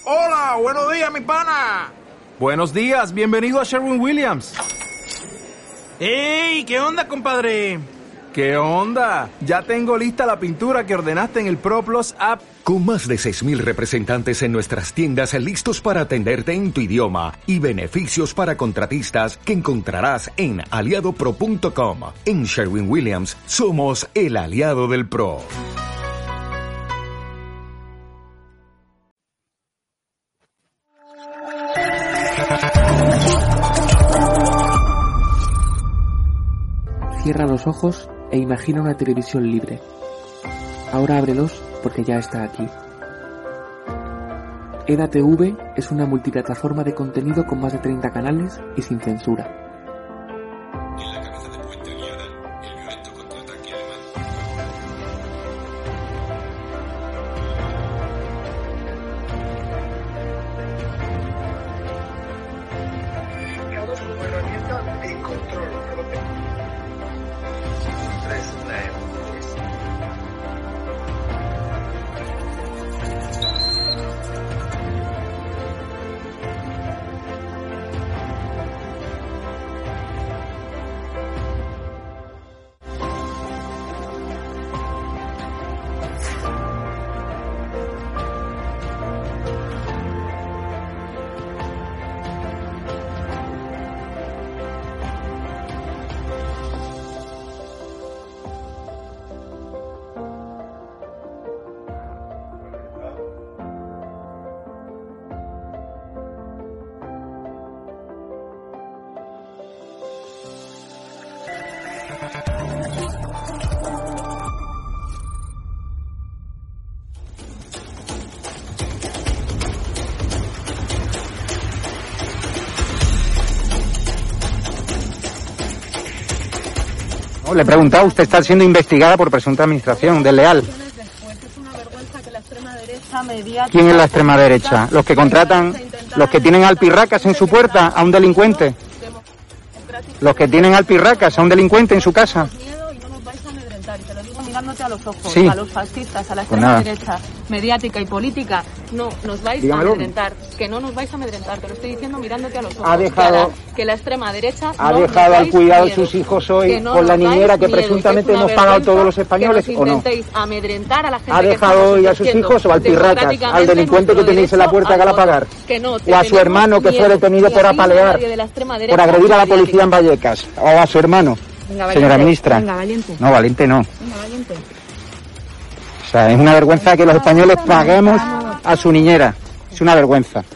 Hola, buenos días, mi pana. Buenos días, bienvenido a Sherwin-Williams. ¡Ey! ¿Qué onda, compadre? ¿Qué onda? Ya tengo lista la pintura que ordenaste en el ProPlus app. Con más de 6,000 representantes en nuestras tiendas listos para atenderte en tu idioma y beneficios para contratistas que encontrarás en aliadopro.com. En Sherwin-Williams somos el aliado del pro. Cierra los ojos e imagina una televisión libre. Ahora ábrelos porque ya está aquí. EDATV es una multiplataforma de contenido con más de 30 canales y sin censura. En la cabeza de Puente Guiada, el violento contraataque alemán. Como herramienta de control. 3, 9, 10. Le he preguntado, usted está siendo investigada por presunta administración desleal. ¿Quién es la extrema derecha? ¿Los que contratan, los que tienen alpirracas en su puerta a un delincuente? ¿Los que tienen alpirracas a un delincuente en su casa? Mirándote a los ojos, sí. A los fascistas, a la extrema derecha mediática y política, no nos vais Dígamelo. a amedrentar, que no nos vais a amedrentar, te lo estoy diciendo mirándote a los ojos. Ha dejado, que la extrema derecha ha no dejado nos al dais cuidado de miedo, sus hijos hoy no con la nos niñera dais que miedo, presuntamente que es una hemos pagado todos los vergüenza españoles, que ¿o no? intentéis amedrentar a la gente. ¿Ha dejado hoy a sus hijos o alpirracas, al delincuente que tenéis en la puerta que la pagar? O a su hermano que fue detenido por apalear, por agredir a la policía en Vallecas, o a su hermano. Venga, Señora ministra. Venga, valiente. No, valiente no. Venga, valiente. O sea, es una vergüenza que los españoles paguemos a su niñera. Es una vergüenza.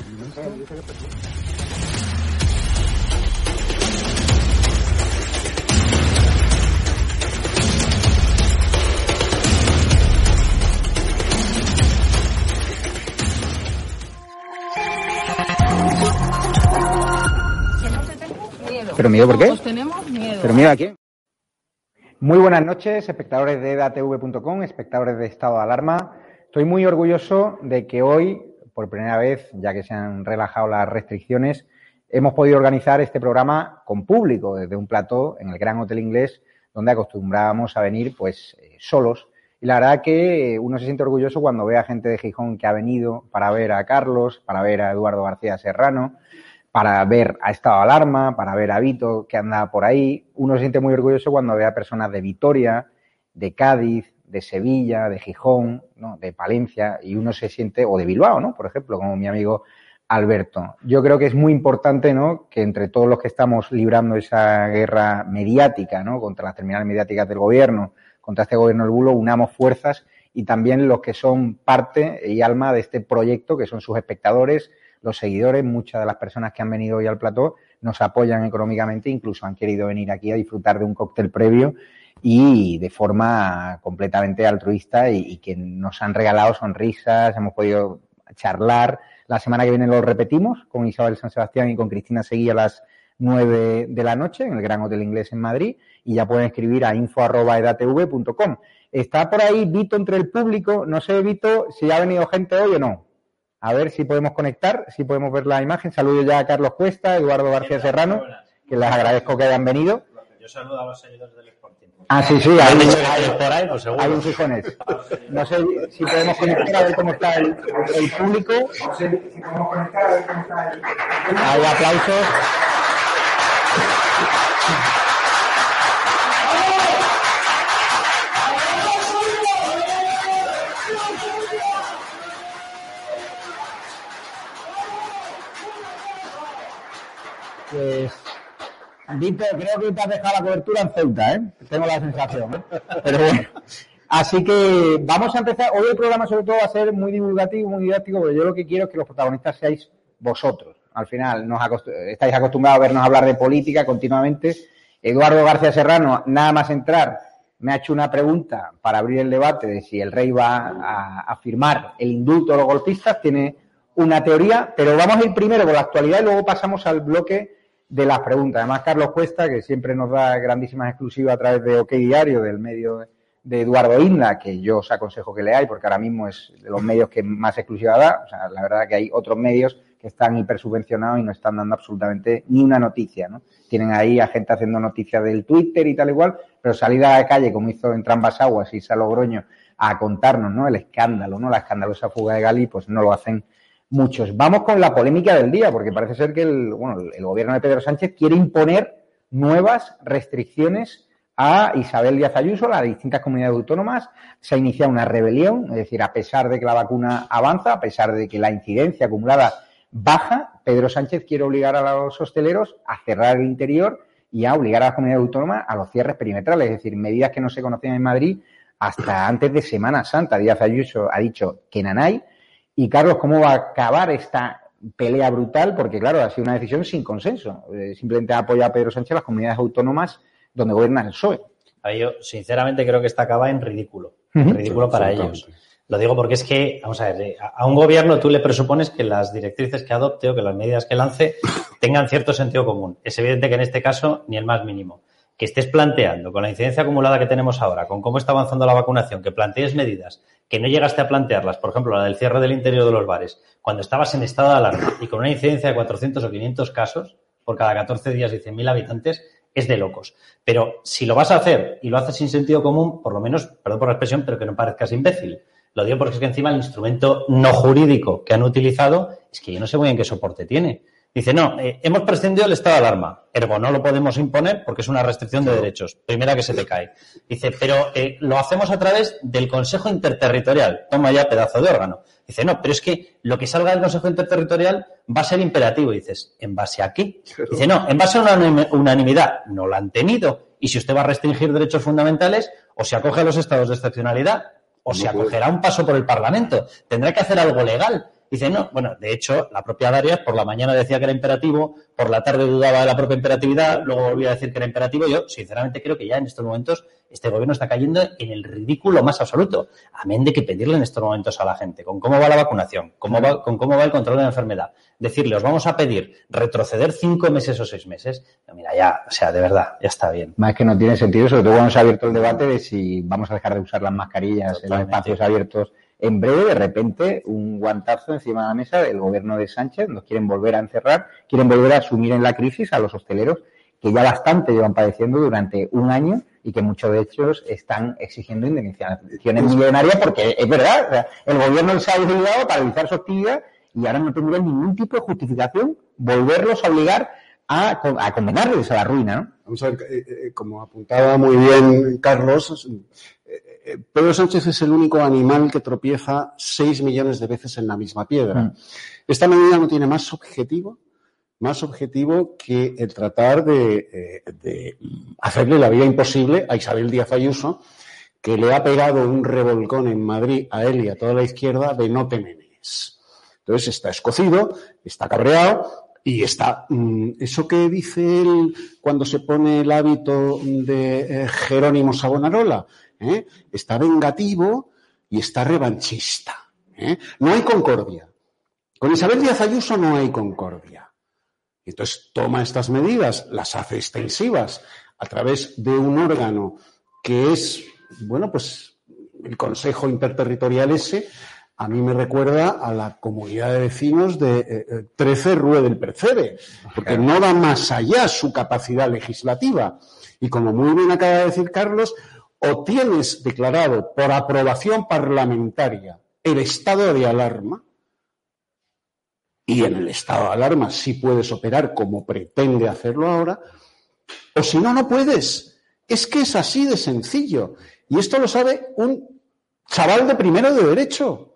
¿Pero miedo por qué? Pues tenemos miedo. ¿Pero miedo a quién? Muy buenas noches, espectadores de edatv.com, espectadores de Estado de Alarma. Estoy muy orgulloso de que hoy, por primera vez, ya que se han relajado las restricciones, hemos podido organizar este programa con público desde un plató en el Gran Hotel Inglés, donde acostumbrábamos a venir pues solos. Y la verdad que uno se siente orgulloso cuando ve a gente de Gijón que ha venido para ver a Carlos, para ver a Eduardo García Serrano, para ver a Estado de Alarma, para ver a Vito, que anda por ahí. Uno se siente muy orgulloso cuando ve a personas de Vitoria, de Cádiz, de Sevilla, de Gijón, ¿no?, de Palencia, y uno se siente, o de Bilbao, ¿no?, por ejemplo, como mi amigo Alberto. Yo creo que es muy importante, ¿no?, que entre todos los que estamos librando esa guerra mediática, ¿no?, contra las terminales mediáticas del gobierno, contra este gobierno del bulo, unamos fuerzas, y también los que son parte y alma de este proyecto, que son sus espectadores, los seguidores. Muchas de las personas que han venido hoy al plató nos apoyan económicamente, incluso han querido venir aquí a disfrutar de un cóctel previo y de forma completamente altruista y que nos han regalado sonrisas, hemos podido charlar. La semana que viene lo repetimos con Isabel San Sebastián y con Cristina Seguí a las 9 de la noche en el Gran Hotel Inglés en Madrid, y ya pueden escribir a info@edatv.com. Está por ahí Vito entre el público. No sé, Vito, si ha venido gente hoy o no. A ver si podemos conectar, si podemos ver la imagen. Saludo ya a Carlos Cuesta, Eduardo García Serrano, que les agradezco que hayan venido. Yo saludo a los seguidores del Sporting. Ah, sí, Por ahí, pues seguro. hay un Gijones. No sé si podemos conectar a ver cómo está el público. Hay aplausos. Pues, Víctor, creo que te has dejado la cobertura en Ceuta, ¿eh? Tengo la sensación, ¿eh? Pero bueno. Así que vamos a empezar. Hoy el programa sobre todo va a ser muy divulgativo, muy didáctico, pero yo lo que quiero es que los protagonistas seáis vosotros. Al final estáis acostumbrados a vernos hablar de política continuamente. Eduardo García Serrano, nada más entrar, me ha hecho una pregunta para abrir el debate de si el rey va a firmar el indulto a los golpistas. Tiene una teoría, pero vamos a ir primero con la actualidad y luego pasamos al bloque de las preguntas. Además, Carlos Cuesta, que siempre nos da grandísimas exclusivas a través de OK Diario, del medio de Eduardo Inda, que yo os aconsejo que leáis, porque ahora mismo es de los medios que más exclusiva da. O sea, la verdad que hay otros medios que están hipersubvencionados y no están dando absolutamente ni una noticia, ¿no? Tienen ahí a gente haciendo noticias del Twitter y tal igual, pero salir a la calle, como hizo en Trambas Aguas y Logroño, a contarnos, ¿no?, el escándalo, ¿no?, la escandalosa fuga de Gali, pues no lo hacen muchos. Vamos con la polémica del día, porque parece ser que el gobierno de Pedro Sánchez quiere imponer nuevas restricciones a Isabel Díaz Ayuso, a las distintas comunidades autónomas. Se ha iniciado una rebelión, es decir, a pesar de que la vacuna avanza, a pesar de que la incidencia acumulada baja, Pedro Sánchez quiere obligar a los hosteleros a cerrar el interior y a obligar a las comunidades autónomas a los cierres perimetrales, es decir, medidas que no se conocían en Madrid hasta antes de Semana Santa. Díaz Ayuso ha dicho que nanay. Y, Carlos, ¿cómo va a acabar esta pelea brutal? Porque, claro, ha sido una decisión sin consenso. Simplemente ha apoyado a Pedro Sánchez las comunidades autónomas donde gobierna el PSOE. Yo, sinceramente, creo que esta acaba en ridículo. Ridículo para ellos. Lo digo porque es que, vamos a ver, a un gobierno tú le presupones que las directrices que adopte o que las medidas que lance tengan cierto sentido común. Es evidente que en este caso ni el más mínimo. Que estés planteando, con la incidencia acumulada que tenemos ahora, con cómo está avanzando la vacunación, que plantees medidas que no llegaste a plantearlas, por ejemplo, la del cierre del interior de los bares, cuando estabas en estado de alarma y con una incidencia de 400 o 500 casos por cada 14 días y 100.000 habitantes, es de locos. Pero si lo vas a hacer y lo haces sin sentido común, por lo menos, perdón por la expresión, pero que no parezcas imbécil. Lo digo porque es que encima el instrumento no jurídico que han utilizado es que yo no sé muy bien qué soporte tiene. Dice, no, hemos prescindido del estado de alarma, ergo no lo podemos imponer porque es una restricción de derechos, primera que se te cae. Dice, pero lo hacemos a través del Consejo Interterritorial, toma ya pedazo de órgano. Dice, no, pero es que lo que salga del Consejo Interterritorial va a ser imperativo. Y dices, ¿en base a qué? Dice, no, en base a una unanimidad, no la han tenido. Y si usted va a restringir derechos fundamentales, o se acoge a los estados de excepcionalidad, o se acogerá a un paso por el Parlamento. Tendrá que hacer algo legal. Dice, no, bueno, de hecho, la propia Darias por la mañana decía que era imperativo, por la tarde dudaba de la propia imperatividad, luego volvía a decir que era imperativo. Yo, sinceramente, creo que ya en estos momentos este gobierno está cayendo en el ridículo más absoluto. Amén de que pedirle en estos momentos a la gente con cómo va la vacunación, con cómo va el control de la enfermedad, decirle, os vamos a pedir retroceder 5 meses o 6 meses. No, mira, ya, o sea, de verdad, ya está bien. Más que no tiene sentido, sobre todo cuando se ha abierto el debate de si vamos a dejar de usar las mascarillas en los espacios abiertos. En breve, de repente, un guantazo encima de la mesa del gobierno de Sánchez. Nos quieren volver a encerrar, quieren volver a asumir en la crisis a los hosteleros que ya bastante llevan padeciendo durante un año y que muchos de ellos están exigiendo indemnizaciones millonarias porque es verdad, o sea, el gobierno se ha obligado a paralizar su actividad y ahora no tendría ningún tipo de justificación volverlos a obligar a condenarles a la ruina, ¿no? Vamos a ver, como apuntaba muy bien Carlos, Pedro Sánchez es el único animal que tropieza 6 millones de veces en la misma piedra. Esta medida no tiene más objetivo que el tratar de hacerle la vida imposible a Isabel Díaz Ayuso, que le ha pegado un revolcón en Madrid a él y a toda la izquierda de no te menes. Entonces está escocido, está cabreado y está... eso que dice él cuando se pone el hábito de Jerónimo Savonarola, está vengativo y está revanchista. No hay concordia. Con Isabel Díaz Ayuso no hay concordia. Entonces toma estas medidas, las hace extensivas a través de un órgano que es, bueno, pues el Consejo Interterritorial ese, a mí me recuerda a la comunidad de vecinos de 13 Rue del Percebe, porque no va más allá su capacidad legislativa. Y como muy bien acaba de decir Carlos, o tienes declarado por aprobación parlamentaria el estado de alarma, y en el estado de alarma sí puedes operar como pretende hacerlo ahora, o si no, no puedes. Es que es así de sencillo. Y esto lo sabe un chaval de primero de Derecho.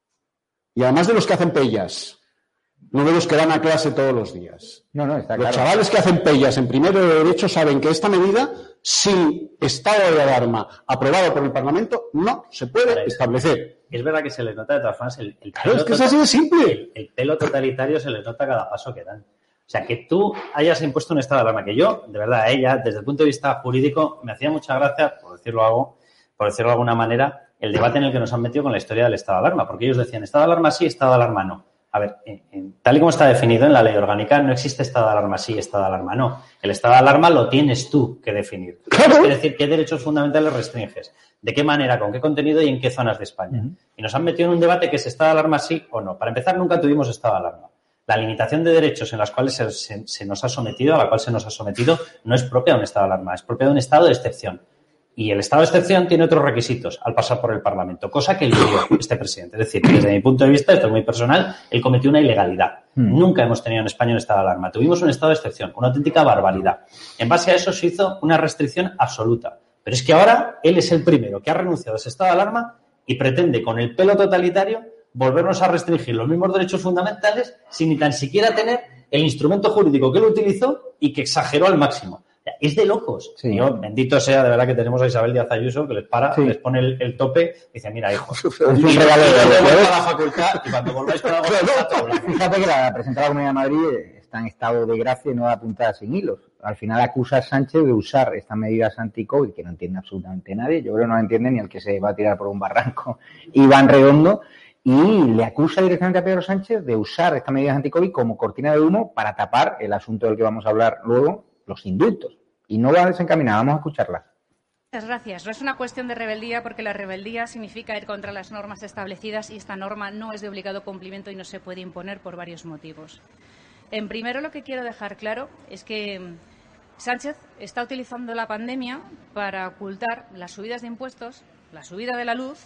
Y además de los que hacen pellas, no de los que van a clase todos los días. No, está los claro. chavales que hacen pellas en primero de Derecho saben que esta medida, sin estado de alarma aprobado por el Parlamento, no se puede establecer. Es verdad que se les nota de todas formas el Claro, es que es así de simple. El pelo totalitario se les nota cada paso que dan. O sea, que tú hayas impuesto un estado de alarma, que yo, de verdad, ella, desde el punto de vista jurídico, me hacía mucha gracia, por decirlo de alguna manera, el debate en el que nos han metido con la historia del estado de alarma, porque ellos decían estado de alarma sí, estado de alarma no. A ver, tal y como está definido en la ley orgánica, no existe estado de alarma sí, estado de alarma no. El estado de alarma lo tienes tú que definir. Claro. Es decir, qué derechos fundamentales restringes, de qué manera, con qué contenido y en qué zonas de España. Y nos han metido en un debate que es estado de alarma sí o no. Para empezar, nunca tuvimos estado de alarma. La limitación de derechos en las cuales se nos ha sometido, a la cual se nos ha sometido, no es propia de un estado de alarma, es propia de un estado de excepción. Y el estado de excepción tiene otros requisitos al pasar por el Parlamento, cosa que eludió este presidente. Es decir, desde mi punto de vista, esto es muy personal, él cometió una ilegalidad. Nunca hemos tenido en España un estado de alarma. Tuvimos un estado de excepción, una auténtica barbaridad. En base a eso se hizo una restricción absoluta. Pero es que ahora él es el primero que ha renunciado a ese estado de alarma y pretende, con el pelo totalitario, volvernos a restringir los mismos derechos fundamentales sin ni tan siquiera tener el instrumento jurídico que él utilizó y que exageró al máximo. Es de locos. Sí. Yo, bendito sea, de verdad que tenemos a Isabel Díaz Ayuso que les para, les pone el tope y dice, mira, hijo, Es un regalo de volváis a la facultad y cuando volváis con algo todo blanco. Fíjate que la presidenta de la Comunidad de Madrid está en estado de gracia y no da puntada sin hilos. Al final acusa a Sánchez de usar estas medidas anti-COVID que no entiende absolutamente nadie. Yo creo que no lo entiende ni el que se va a tirar por un barranco, Iván Redondo, y le acusa directamente a Pedro Sánchez de usar estas medidas anti-COVID como cortina de humo para tapar el asunto del que vamos a hablar luego, los indultos. Y no va desencaminada, vamos a escucharla. Muchas gracias. No es una cuestión de rebeldía, porque la rebeldía significa ir contra las normas establecidas y esta norma no es de obligado cumplimiento y no se puede imponer por varios motivos. En primero, lo que quiero dejar claro es que Sánchez está utilizando la pandemia para ocultar las subidas de impuestos, la subida de la luz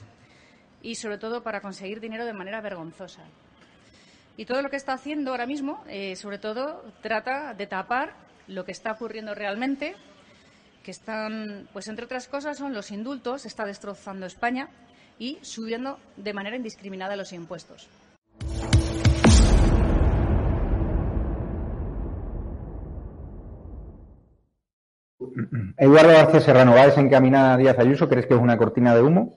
y, sobre todo, para conseguir dinero de manera vergonzosa. Y todo lo que está haciendo ahora mismo, sobre todo, trata de tapar lo que está ocurriendo realmente, que están, pues entre otras cosas, son los indultos, está destrozando España y subiendo de manera indiscriminada los impuestos. Eduardo García Serrano, ¿va desencaminada Díaz Ayuso? ¿Crees que es una cortina de humo?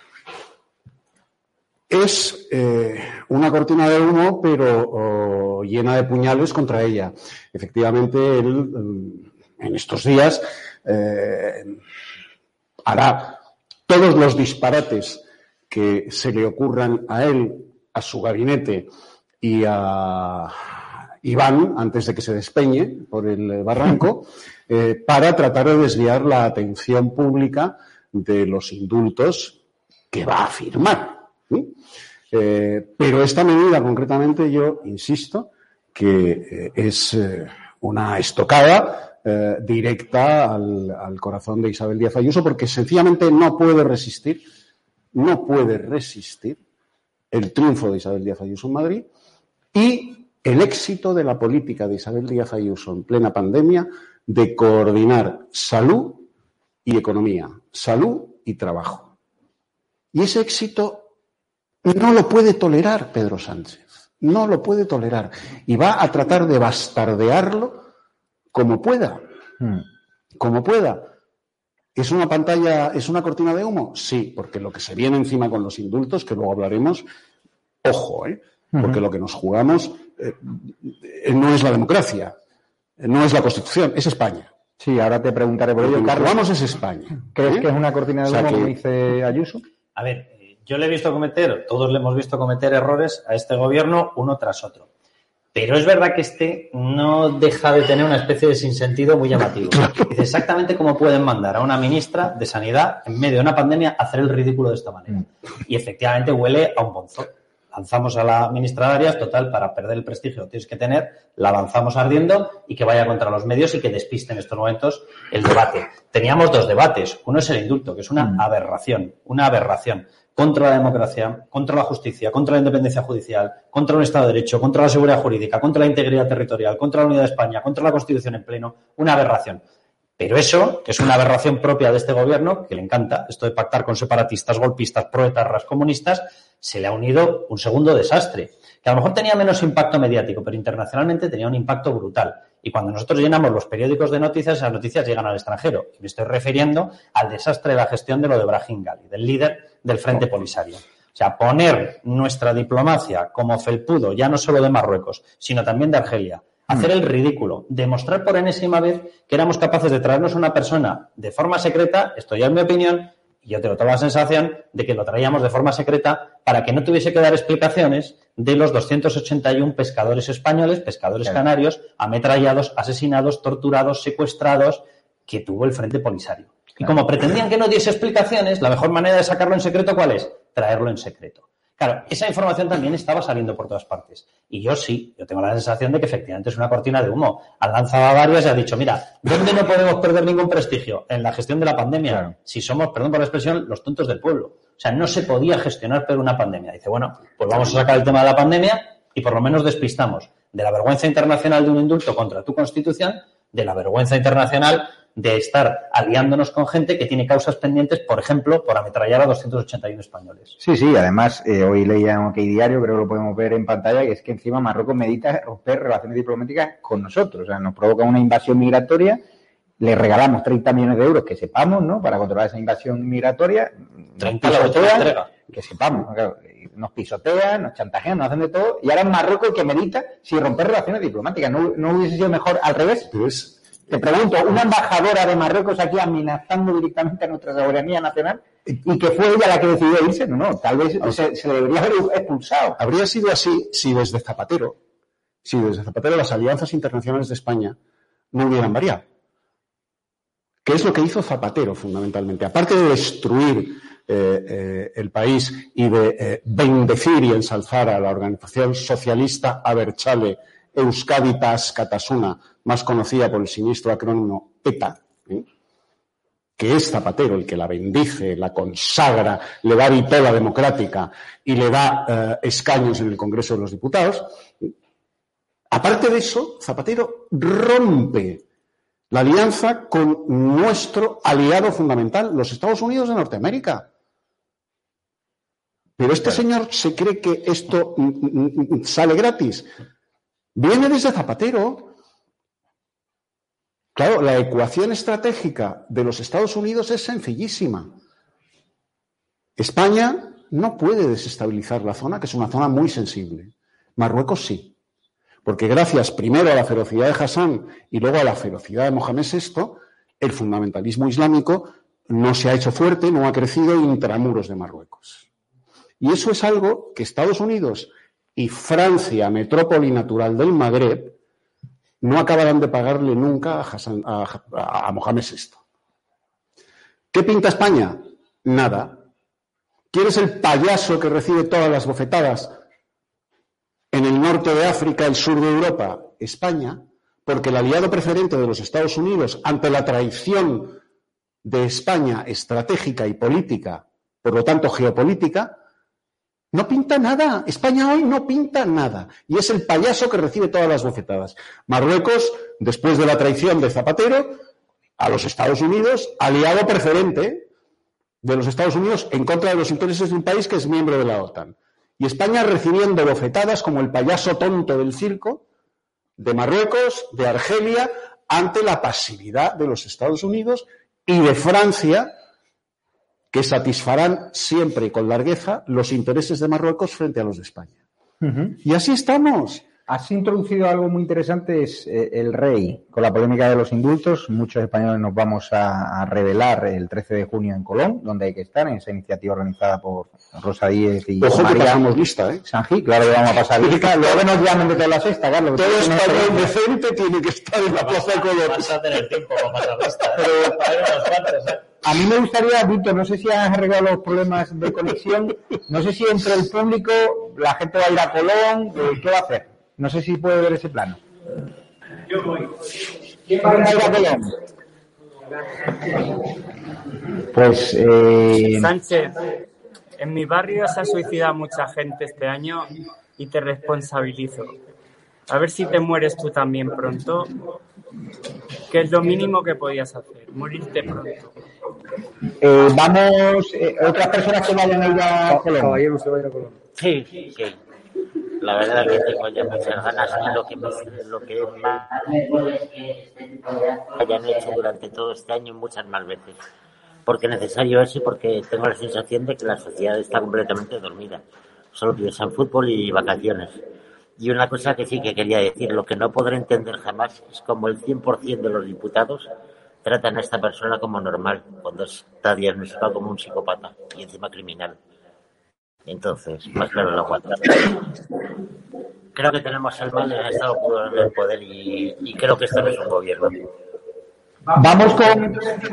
Es una cortina de humo, pero llena de puñales contra ella. Efectivamente, él en estos días hará todos los disparates que se le ocurran a él, a su gabinete y a Iván, antes de que se despeñe por el barranco, para tratar de desviar la atención pública de los indultos que va a firmar. Pero esta medida, concretamente, yo insisto que es una estocada directa al corazón de Isabel Díaz Ayuso, porque sencillamente no puede resistir el triunfo de Isabel Díaz Ayuso en Madrid y el éxito de la política de Isabel Díaz Ayuso en plena pandemia de coordinar salud y economía, salud y trabajo. Y ese éxito no lo puede tolerar Pedro Sánchez, no lo puede tolerar y va a tratar de bastardearlo como pueda, como pueda. ¿Es una pantalla, es una cortina de humo? Sí, porque lo que se viene encima con los indultos, que luego hablaremos, ojo, porque lo que nos jugamos no es la democracia, no es la Constitución, es España. Sí, ahora te preguntaré por ello. Lo que nos Carlos, jugamos es España. ¿crees que es una cortina de humo, como dice Ayuso? A ver, yo le he visto cometer, todos le hemos visto cometer errores a este gobierno uno tras otro. Pero es verdad que no deja de tener una especie de sinsentido muy llamativo. Dice exactamente cómo pueden mandar a una ministra de Sanidad en medio de una pandemia a hacer el ridículo de esta manera. Y efectivamente huele a un bonzo. Lanzamos a la ministra de Arias, total, para perder el prestigio que tienes que tener, la lanzamos ardiendo y que vaya contra los medios y que despiste en estos momentos el debate. Teníamos 2 debates. Uno es el indulto, que es una aberración contra la democracia, contra la justicia, contra la independencia judicial, contra un Estado de Derecho, contra la seguridad jurídica, contra la integridad territorial, contra la unidad de España, contra la Constitución en pleno, una aberración. Pero eso, que es una aberración propia de este gobierno, que le encanta, esto de pactar con separatistas, golpistas, proetarras, comunistas, se le ha unido un segundo desastre, que a lo mejor tenía menos impacto mediático, pero internacionalmente tenía un impacto brutal. Y cuando nosotros llenamos los periódicos de noticias, esas noticias llegan al extranjero. Y me estoy refiriendo al desastre de la gestión de lo de Brahim Gali, del líder del Frente Polisario. O sea, poner nuestra diplomacia como felpudo, ya no solo de Marruecos, sino también de Argelia, hacer el ridículo, demostrar por enésima vez que éramos capaces de traernos una persona de forma secreta, esto ya es mi opinión, y yo tengo toda la sensación de que lo traíamos de forma secreta para que no tuviese que dar explicaciones de los 281 pescadores españoles, pescadores canarios, ametrallados, asesinados, torturados, secuestrados, que tuvo el Frente Polisario. Y como pretendían que no diese explicaciones, la mejor manera de sacarlo en secreto, ¿cuál es? Traerlo en secreto. Claro, esa información también estaba saliendo por todas partes. Y yo tengo la sensación de que efectivamente es una cortina de humo. Han lanzado a varios y ha dicho, mira, ¿dónde no podemos perder ningún prestigio? En la gestión de la pandemia. Claro. Si somos, perdón por la expresión, los tontos del pueblo. O sea, no se podía gestionar peor una pandemia. Dice, bueno, pues vamos a sacar el tema de la pandemia y por lo menos despistamos de la vergüenza internacional de un indulto contra tu Constitución, de la vergüenza internacional de estar aliándonos con gente que tiene causas pendientes, por ejemplo, por ametrallar a 281 españoles. Sí, además, hoy leía en OK Diario, creo que lo podemos ver en pantalla, que es que encima Marruecos medita romper relaciones diplomáticas con nosotros. O sea, nos provoca una invasión migratoria, le regalamos 30 millones de euros, que sepamos, ¿no?, para controlar esa invasión migratoria. 30 la última entrega. Que sepamos, claro, nos pisotean, nos chantajean, nos hacen de todo, y ahora es Marruecos el que medita si romper relaciones diplomáticas. ¿No hubiese sido mejor al revés? Pues, te pregunto, una embajadora de Marruecos aquí amenazando directamente a nuestra soberanía nacional y que fue ella la que decidió irse, no, tal vez se debería haber expulsado. Habría sido así si desde Zapatero las alianzas internacionales de España no hubieran variado. ¿Qué es lo que hizo Zapatero fundamentalmente? Aparte de destruir el país y de bendecir y ensalzar a la organización socialista Abertzale Euskaditas Katasuna, más conocida por el siniestro acrónimo ETA, que es Zapatero el que la bendice, la consagra, le da vitola democrática y le da escaños en el Congreso de los Diputados. Aparte de eso, Zapatero rompe la alianza con nuestro aliado fundamental, los Estados Unidos de Norteamérica. Pero este señor se cree que esto sale gratis. Viene desde Zapatero. Claro, la ecuación estratégica de los Estados Unidos es sencillísima. España no puede desestabilizar la zona, que es una zona muy sensible. Marruecos sí. Porque gracias primero a la ferocidad de Hassan y luego a la ferocidad de Mohamed VI, el fundamentalismo islámico no se ha hecho fuerte, no ha crecido intramuros de Marruecos. Y eso es algo que Estados Unidos y Francia, metrópoli natural del Magreb, no acabarán de pagarle nunca a Mohamed VI. ¿Qué pinta España? Nada. ¿Quién es el payaso que recibe todas las bofetadas en el norte de África, el sur de Europa? España, porque el aliado preferente de los Estados Unidos ante la traición de España estratégica y política, por lo tanto geopolítica, no pinta nada. España hoy no pinta nada. Y es el payaso que recibe todas las bofetadas. Marruecos, después de la traición de Zapatero, a los Estados Unidos, aliado preferente de los Estados Unidos en contra de los intereses de un país que es miembro de la OTAN. Y España recibiendo bofetadas como el payaso tonto del circo de Marruecos, de Argelia, ante la pasividad de los Estados Unidos y de Francia, que satisfarán siempre y con largueza los intereses de Marruecos frente a los de España. Y así estamos. Has introducido algo muy interesante, es el rey, con la polémica de los indultos. Muchos españoles nos vamos a revelar el 13 de junio en Colón, donde hay que estar, en esa iniciativa organizada por Rosa Díez y María pasamos lista, Sanjí. Claro que vamos a pasar lista. Luego nos llamen de toda la sexta, Carlos. Todo español decente tiene que estar en la Plaza de Colón. Vas a tener tiempo para pasar lista. Hay unos cuantos, A mí me gustaría, Víctor, no sé si has arreglado los problemas de conexión, no sé si entre el público la gente va a ir a Colón, ¿qué va a hacer? No sé si puede ver ese plano. Yo voy. ¿Quién va a ir a Colón? Pues, Sánchez, en mi barrio se ha suicidado mucha gente este año y te responsabilizo. A ver si te mueres tú también pronto, que es lo mínimo que podías hacer, morirte pronto. Vamos, otras personas que vayan a ir a Colón. Caballero, usted va a ir a Colón. Sí. La verdad que tengo ya muchas ganas y lo que hayan hecho durante todo este año muchas más veces. Porque es necesario eso y porque tengo la sensación de que la sociedad está completamente dormida. Solo piensan fútbol y vacaciones. Y una cosa que sí que quería decir, lo que no podré entender jamás es como el 100% de los diputados tratan a esta persona como normal, cuando está diagnosticado como un psicópata y encima criminal. Entonces, más claro lo aguanto. Creo que tenemos el mal en el Estado puro en el poder y creo que esto no es un gobierno. Vamos con...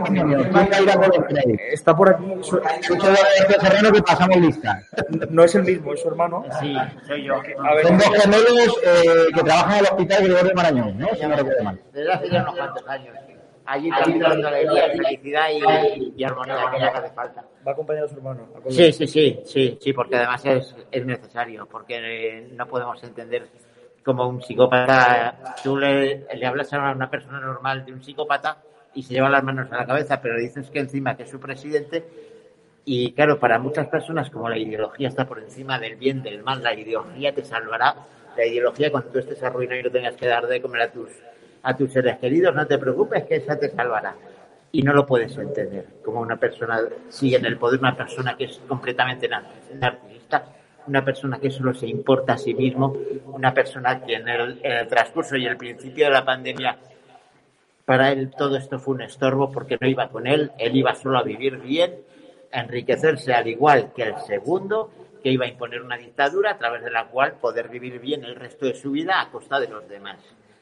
Está por aquí. Serrano, que pasamos lista. No es el mismo, es su hermano. Sí, soy yo. Son dos gemelos que trabajan en el hospital Gregorio Marañón, ¿no? Si no recuerdo mal. Desde hace ya unos cuantos años. Allí también dando alegría, felicidad y armonía que le hace falta. Va acompañado de su hermano. Sí, porque además es necesario, porque no podemos entender como un psicópata, tú le hablas a una persona normal de un psicópata y se lleva las manos a la cabeza, pero dices que encima que es su presidente y claro, para muchas personas como la ideología está por encima del bien, del mal, la ideología te salvará, la ideología cuando tú estés arruinado y no tengas que dar de comer a tus seres queridos, no te preocupes que esa te salvará. Y no lo puedes entender, como una persona sigue en el poder, una persona que es completamente narcisista, una persona que solo se importa a sí mismo, una persona que en el transcurso y el principio de la pandemia, para él todo esto fue un estorbo porque no iba con él iba solo a vivir bien, a enriquecerse al igual que el segundo, que iba a imponer una dictadura a través de la cual poder vivir bien el resto de su vida a costa de los demás.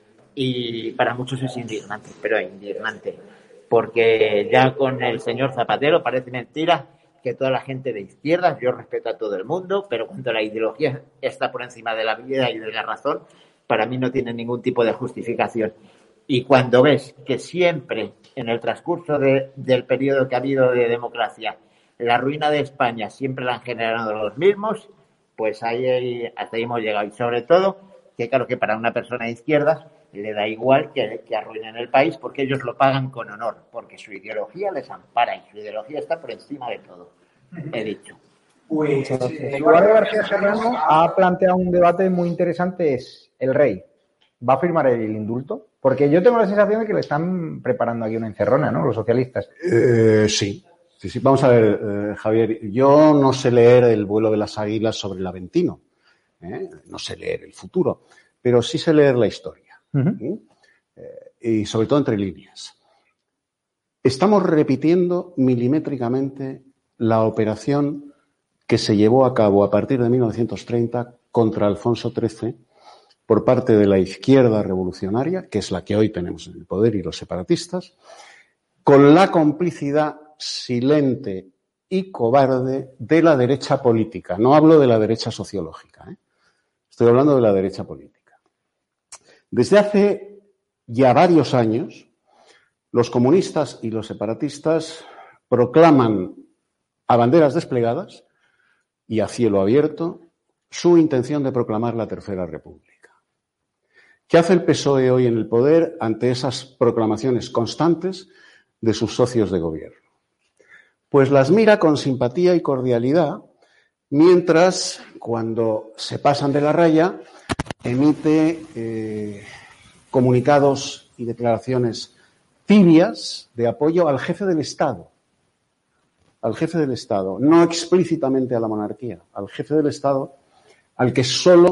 Y para muchos es indignante, pero indignante, porque ya con el señor Zapatero parece mentira que toda la gente de izquierdas, yo respeto a todo el mundo, pero cuando la ideología está por encima de la vida y de la razón, para mí no tiene ningún tipo de justificación. Y cuando ves que siempre, en el transcurso del periodo que ha habido de democracia, la ruina de España siempre la han generado los mismos, pues hasta ahí hemos llegado. Y sobre todo, que claro que para una persona de izquierdas le da igual que arruinen el país porque ellos lo pagan con honor, porque su ideología les ampara y su ideología está por encima de todo. He dicho. Pues Eduardo García Serrano ha planteado un debate muy interesante, es el rey. ¿Va a firmar el indulto? Porque yo tengo la sensación de que le están preparando aquí una encerrona, ¿no? Los socialistas. Sí. Vamos a ver, Javier, yo no sé leer el vuelo de las águilas sobre el Aventino. No sé leer el futuro, pero sí sé leer la historia. Y sobre todo entre líneas. Estamos repitiendo milimétricamente la operación que se llevó a cabo a partir de 1930 contra Alfonso XIII por parte de la izquierda revolucionaria, que es la que hoy tenemos en el poder, y los separatistas, con la complicidad silente y cobarde de la derecha política. No hablo de la derecha sociológica, estoy hablando de la derecha política. Desde hace ya varios años, los comunistas y los separatistas proclaman a banderas desplegadas y a cielo abierto su intención de proclamar la Tercera República. ¿Qué hace el PSOE hoy en el poder ante esas proclamaciones constantes de sus socios de gobierno? Pues las mira con simpatía y cordialidad, mientras, cuando se pasan de la raya, emite comunicados y declaraciones tibias de apoyo al jefe del Estado. Al jefe del Estado, no explícitamente a la monarquía, al jefe del Estado, al que solo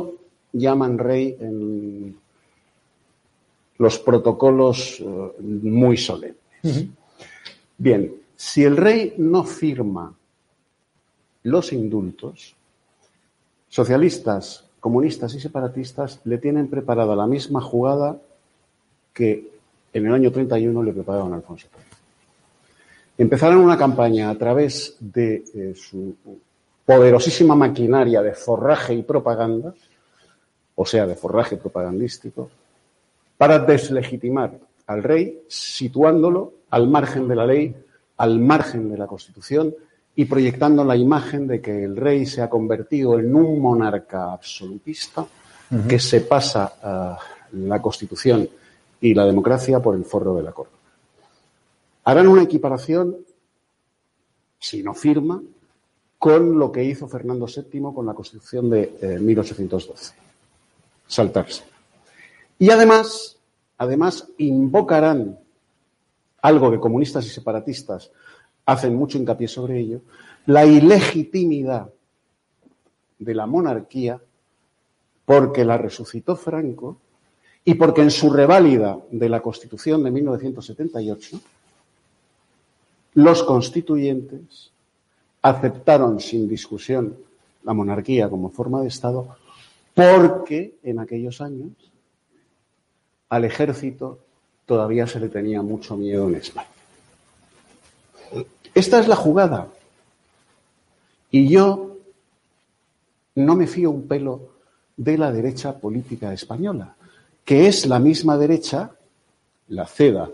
llaman rey en los protocolos muy solemnes. Bien, si el rey no firma los indultos, socialistas, comunistas y separatistas le tienen preparada la misma jugada que en el año 31 le prepararon a Alfonso XIII. Empezaron una campaña a través de su poderosísima maquinaria de forraje y propaganda, o sea, de forraje propagandístico, para deslegitimar al rey, situándolo al margen de la ley, al margen de la Constitución y proyectando la imagen de que el rey se ha convertido en un monarca absolutista que se pasa la Constitución y la democracia por el forro de la corona. Harán una equiparación, si no firma, con lo que hizo Fernando VII con la Constitución de 1812. Saltarse. Y además invocarán algo que comunistas y separatistas hacen mucho hincapié sobre ello, la ilegitimidad de la monarquía porque la resucitó Franco y porque en su reválida de la Constitución de 1978 los constituyentes aceptaron sin discusión la monarquía como forma de Estado porque en aquellos años al ejército todavía se le tenía mucho miedo en España. Esta es la jugada. Y yo no me fío un pelo de la derecha política española, que es la misma derecha, la CEDA,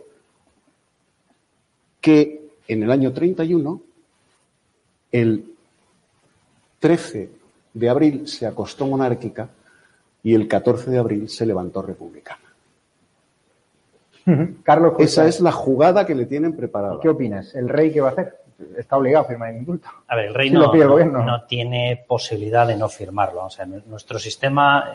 que en el año 31, el 13 de abril se acostó monárquica y el 14 de abril se levantó republicana. Carlos, esa es la jugada que le tienen preparada. ¿Qué opinas? ¿El rey qué va a hacer? Está obligado a firmar el indulto. A ver, el rey Si lo pide el gobierno. no tiene posibilidad de no firmarlo. O sea, nuestro sistema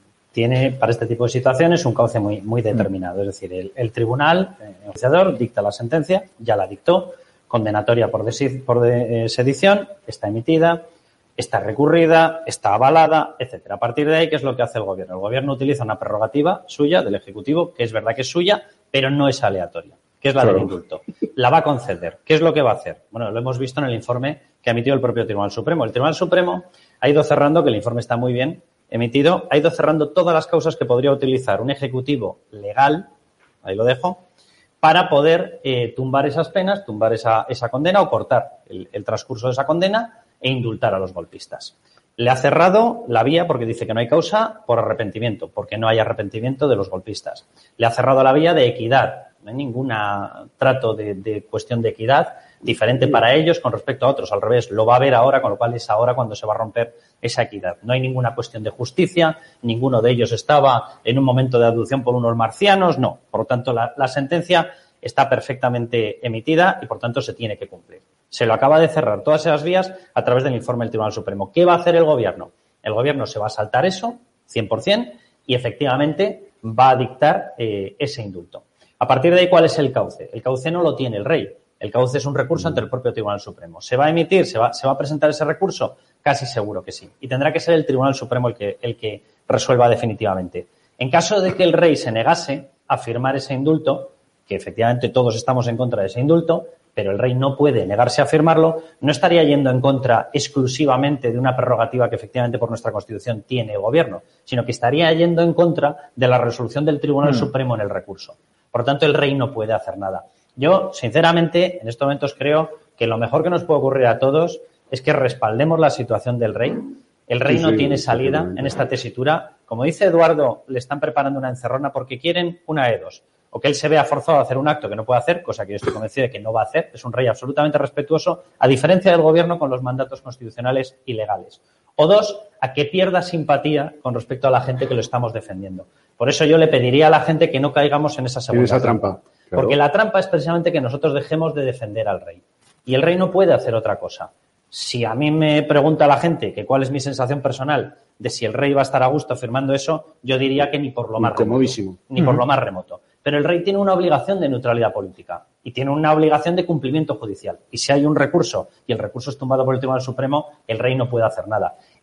tiene para este tipo de situaciones un cauce muy determinado. Es decir, el tribunal negociador dicta la sentencia, ya la dictó, condenatoria por sedición, está emitida, está recurrida, está avalada, etcétera. A partir de ahí, ¿qué es lo que hace el gobierno? El gobierno utiliza una prerrogativa suya, del Ejecutivo, que es verdad que es suya, pero no es aleatoria, que es la del indulto. La va a conceder. ¿Qué es lo que va a hacer? Bueno, lo hemos visto en el informe que ha emitido el propio Tribunal Supremo. El Tribunal Supremo ha ido cerrando, que el informe está muy bien emitido, ha ido cerrando todas las causas que podría utilizar un Ejecutivo legal, ahí lo dejo, para poder tumbar esas penas, tumbar esa condena o cortar el transcurso de esa condena e indultar a los golpistas. Le ha cerrado la vía porque dice que no hay causa por arrepentimiento, porque no hay arrepentimiento de los golpistas. Le ha cerrado la vía de equidad. No hay ningún trato de cuestión de equidad diferente para ellos con respecto a otros. Al revés, lo va a haber ahora, con lo cual es ahora cuando se va a romper esa equidad. No hay ninguna cuestión de justicia, ninguno de ellos estaba en un momento de abducción por unos marcianos, no. Por lo tanto, la sentencia está perfectamente emitida y, por tanto, se tiene que cumplir. Se lo acaba de cerrar todas esas vías a través del informe del Tribunal Supremo. ¿Qué va a hacer el Gobierno? El Gobierno se va a saltar eso, 100%, y efectivamente va a dictar ese indulto. A partir de ahí, ¿cuál es el cauce? El cauce no lo tiene el rey. El cauce es un recurso ante el propio Tribunal Supremo. ¿Se va a emitir? ¿Se va a presentar ese recurso? Casi seguro que sí. Y tendrá que ser el Tribunal Supremo el que resuelva definitivamente. En caso de que el rey se negase a firmar ese indulto, que efectivamente todos estamos en contra de ese indulto, pero el rey no puede negarse a firmarlo, no estaría yendo en contra exclusivamente de una prerrogativa que efectivamente por nuestra Constitución tiene el Gobierno, sino que estaría yendo en contra de la resolución del Tribunal Supremo en el recurso. Por tanto, el rey no puede hacer nada. Yo, sinceramente, en estos momentos creo que lo mejor que nos puede ocurrir a todos es que respaldemos la situación del rey. El rey no tiene salida en esta tesitura. Como dice Eduardo, le están preparando una encerrona porque quieren una de dos. O que él se vea forzado a hacer un acto que no puede hacer, cosa que yo estoy convencido de que no va a hacer. Es un rey absolutamente respetuoso, a diferencia del Gobierno con los mandatos constitucionales y legales. O dos, a que pierda simpatía con respecto a la gente que lo estamos defendiendo. Por eso yo le pediría a la gente que no caigamos en esa segunda trampa. Claro. Porque la trampa es precisamente que nosotros dejemos de defender al rey. Y el rey no puede hacer otra cosa. Si a mí me pregunta la gente que cuál es mi sensación personal de si el rey va a estar a gusto firmando eso, yo diría que ni por lo más remoto. Ni por lo más remoto. Pero el rey tiene una obligación de neutralidad política y tiene una obligación de cumplimiento judicial. Y si hay un recurso y el recurso es tumbado por el Tribunal Supremo, el rey no puede hacer nada.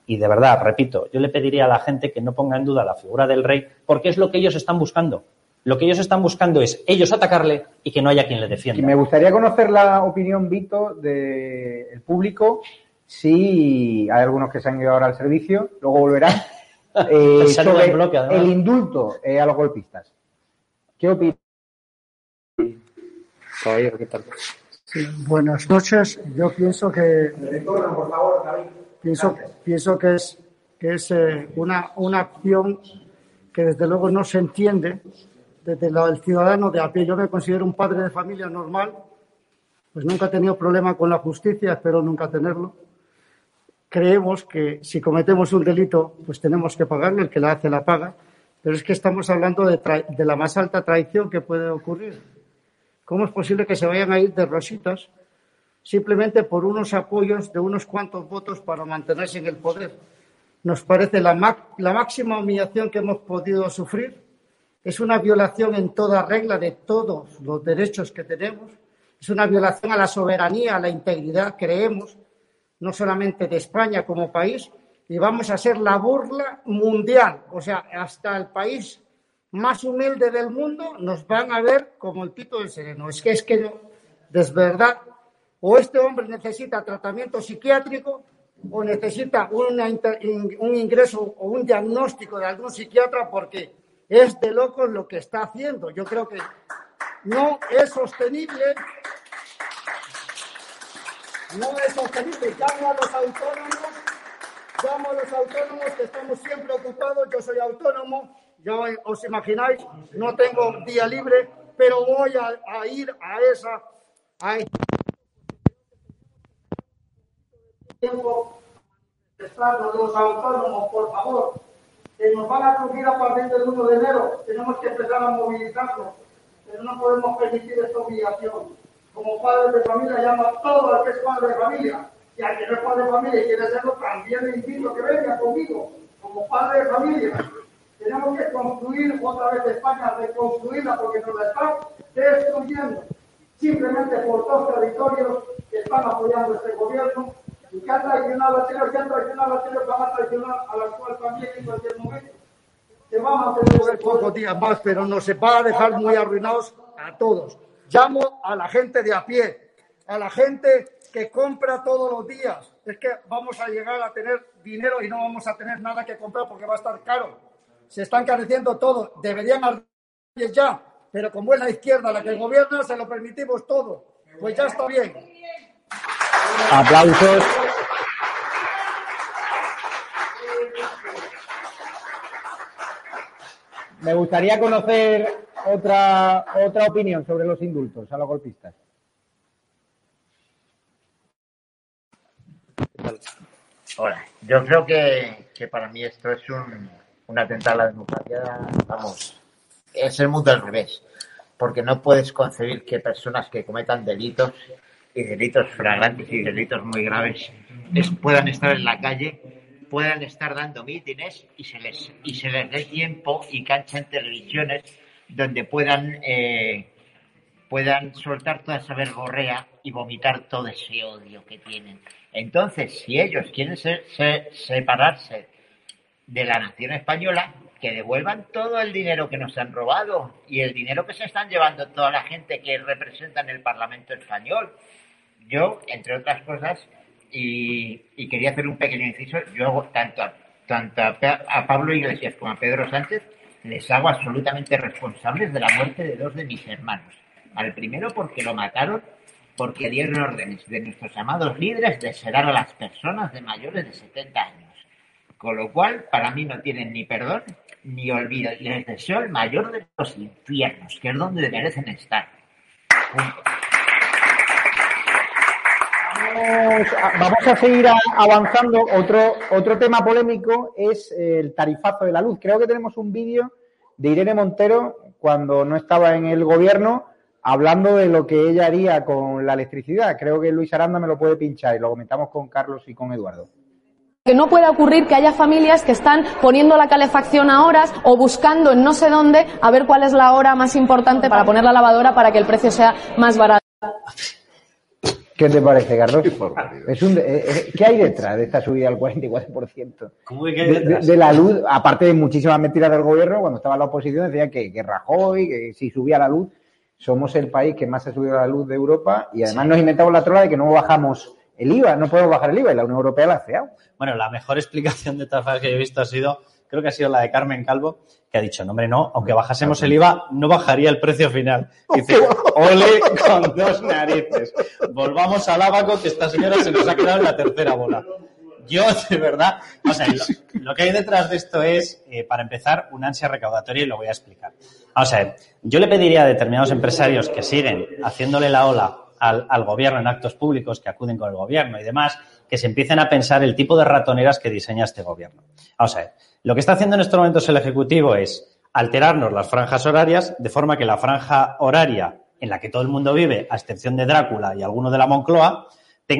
Y de verdad, repito, yo le pediría a la gente que no ponga en duda la figura del rey, porque es lo que ellos están buscando. Lo que ellos están buscando es ellos atacarle y que no haya quien le defienda. Y me gustaría conocer la opinión, Vito, del público, si hay algunos que se han ido ahora al servicio, luego volverán, sobre bloque, el indulto a los golpistas. ¿Qué opinas? Caballero, ¿qué tal? Sí, buenas noches. Yo pienso que por favor, David. Pienso que es una acción que desde luego no se entiende desde el ciudadano de a pie. Yo me considero un padre de familia normal, pues nunca he tenido problema con la justicia, espero nunca tenerlo. Creemos que si cometemos un delito, pues tenemos que pagarlo, el que la hace la paga, pero es que estamos hablando de la más alta traición que puede ocurrir. ¿Cómo es posible que se vayan a ir de rositas simplemente por unos apoyos de unos cuantos votos para mantenerse en el poder? Nos parece la máxima humillación que hemos podido sufrir. Es una violación en toda regla de todos los derechos que tenemos. Es una violación a la soberanía, a la integridad, creemos, no solamente de España como país, y vamos a ser la burla mundial. O sea, hasta el país más humilde del mundo nos van a ver como el pito del sereno. Es que no, es verdad. O este hombre necesita tratamiento psiquiátrico o necesita un ingreso o un diagnóstico de algún psiquiatra, porque es de locos lo que está haciendo. Yo creo que no es sostenible. No es sostenible. Llamo a los autónomos que estamos siempre ocupados. Yo soy autónomo. Ya os imagináis, no tengo día libre, pero voy a ir a tiempo. Los autónomos, por favor, que nos van a crujir a partir del 1 de enero. Tenemos que empezar a movilizarnos, pero no podemos permitir esta humillación. Como padres de familia, llamo a todo el que es padre de familia, y al que no es padre de familia y quiere serlo, también le invito que venga conmigo, como padre de familia. Tenemos que construir otra vez España, reconstruirla, porque nos la están destruyendo. Simplemente por dos territorios que están apoyando este gobierno y que han traicionado a Chile, van a traicionar a la actual también en cualquier momento. Se va a mantener pocos días más, pero nos va a dejar muy arruinados a todos. Llamo a la gente de a pie, a la gente que compra todos los días. Es que vamos a llegar a tener dinero y no vamos a tener nada que comprar porque va a estar caro. Se está encareciendo todo. Deberían arder ya, pero como es la izquierda la que gobierna, se lo permitimos todo. Pues ya está bien. Aplausos. Me gustaría conocer otra opinión sobre los indultos a los golpistas. Hola, yo creo que para mí esto es un atentado a la democracia, vamos, es el mundo al revés, porque no puedes concebir que personas que cometan delitos y delitos flagrantes y delitos muy graves puedan estar en la calle, puedan estar dando mítines y se les dé tiempo y cancha en televisiones donde puedan soltar toda esa verborrea y vomitar todo ese odio que tienen. Entonces, si ellos quieren separarse de la nación española, que devuelvan todo el dinero que nos han robado y el dinero que se están llevando toda la gente que representa en el Parlamento español. Yo, entre otras cosas, y quería hacer un pequeño inciso, yo tanto a Pablo Iglesias como a Pedro Sánchez les hago absolutamente responsables de la muerte de dos de mis hermanos. Al primero porque lo mataron, porque dieron órdenes de nuestros amados líderes de sedar a las personas de mayores de 70 años. Con lo cual, para mí no tienen ni perdón ni olvido. Y les deseo el mayor de los infiernos, que es donde merecen estar. Punto. Vamos a seguir avanzando. Otro tema polémico es el tarifazo de la luz. Creo que tenemos un vídeo de Irene Montero cuando no estaba en el gobierno hablando de lo que ella haría con la electricidad. Creo que Luis Aranda me lo puede pinchar y lo comentamos con Carlos y con Eduardo. Que no pueda ocurrir que haya familias que están poniendo la calefacción a horas o buscando en no sé dónde a ver cuál es la hora más importante para poner la lavadora para que el precio sea más barato. ¿Qué te parece, Carlos? ¿Qué hay detrás de esta subida al 44%? ¿Cómo que hay detrás? De la luz, aparte de muchísimas mentiras del gobierno, cuando estaba en la oposición decía que Rajoy, que si subía la luz, somos el país que más ha subido la luz de Europa y además nos inventamos la trola de que no bajamos el IVA, no podemos bajar el IVA y la Unión Europea la ha freado. Bueno, la mejor explicación de todas que he visto creo que ha sido la de Carmen Calvo, que ha dicho, no, hombre, no, aunque bajásemos el IVA, no bajaría el precio final. Dice, ole con dos narices. Volvamos al abaco, que esta señora se nos ha quedado en la tercera bola. Yo, de verdad, o sea, lo que hay detrás de esto es, para empezar, una ansia recaudatoria y lo voy a explicar. Vamos a ver, yo le pediría a determinados empresarios que siguen haciéndole la ola al gobierno en actos públicos, que acuden con el gobierno y demás, que se empiecen a pensar el tipo de ratoneras que diseña este gobierno. Vamos a ver, lo que está haciendo en estos momentos el Ejecutivo es alterarnos las franjas horarias de forma que la franja horaria en la que todo el mundo vive, a excepción de Drácula y alguno de la Moncloa,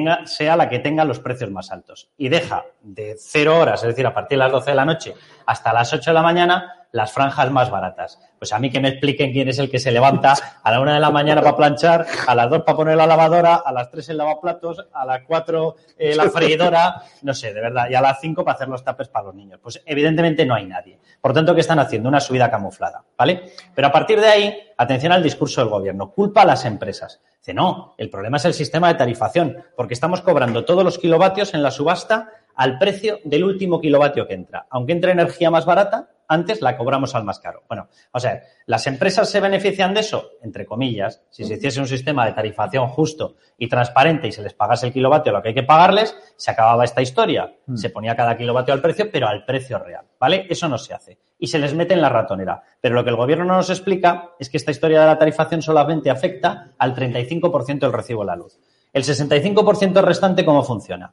sea la que tenga los precios más altos. Y deja de 0 horas, es decir, a partir de las 12 de la noche hasta las 8 de la mañana, las franjas más baratas. Pues a mí que me expliquen quién es el que se levanta a la 1 de la mañana para planchar, a las 2 para poner la lavadora, a las 3 el lavaplatos, a las 4 la freidora, no sé, de verdad, y a las 5 para hacer los tapes para los niños. Pues evidentemente no hay nadie. Por tanto, ¿qué están haciendo? Una subida camuflada, ¿vale? Pero a partir de ahí, atención al discurso del gobierno. Culpa a las empresas. Dice, no, el problema es el sistema de tarifación, porque estamos cobrando todos los kilovatios en la subasta al precio del último kilovatio que entra. Aunque entre energía más barata, antes la cobramos al más caro. Bueno, o sea, ¿las empresas se benefician de eso? Entre comillas, si se hiciese un sistema de tarifación justo y transparente y se les pagase el kilovatio lo que hay que pagarles, se acababa esta historia. Se ponía cada kilovatio al precio, pero al precio real, ¿vale? Eso no se hace. Y se les mete en la ratonera. Pero lo que el gobierno no nos explica es que esta historia de la tarifación solamente afecta al 35% del recibo de la luz. El 65% restante, ¿cómo funciona?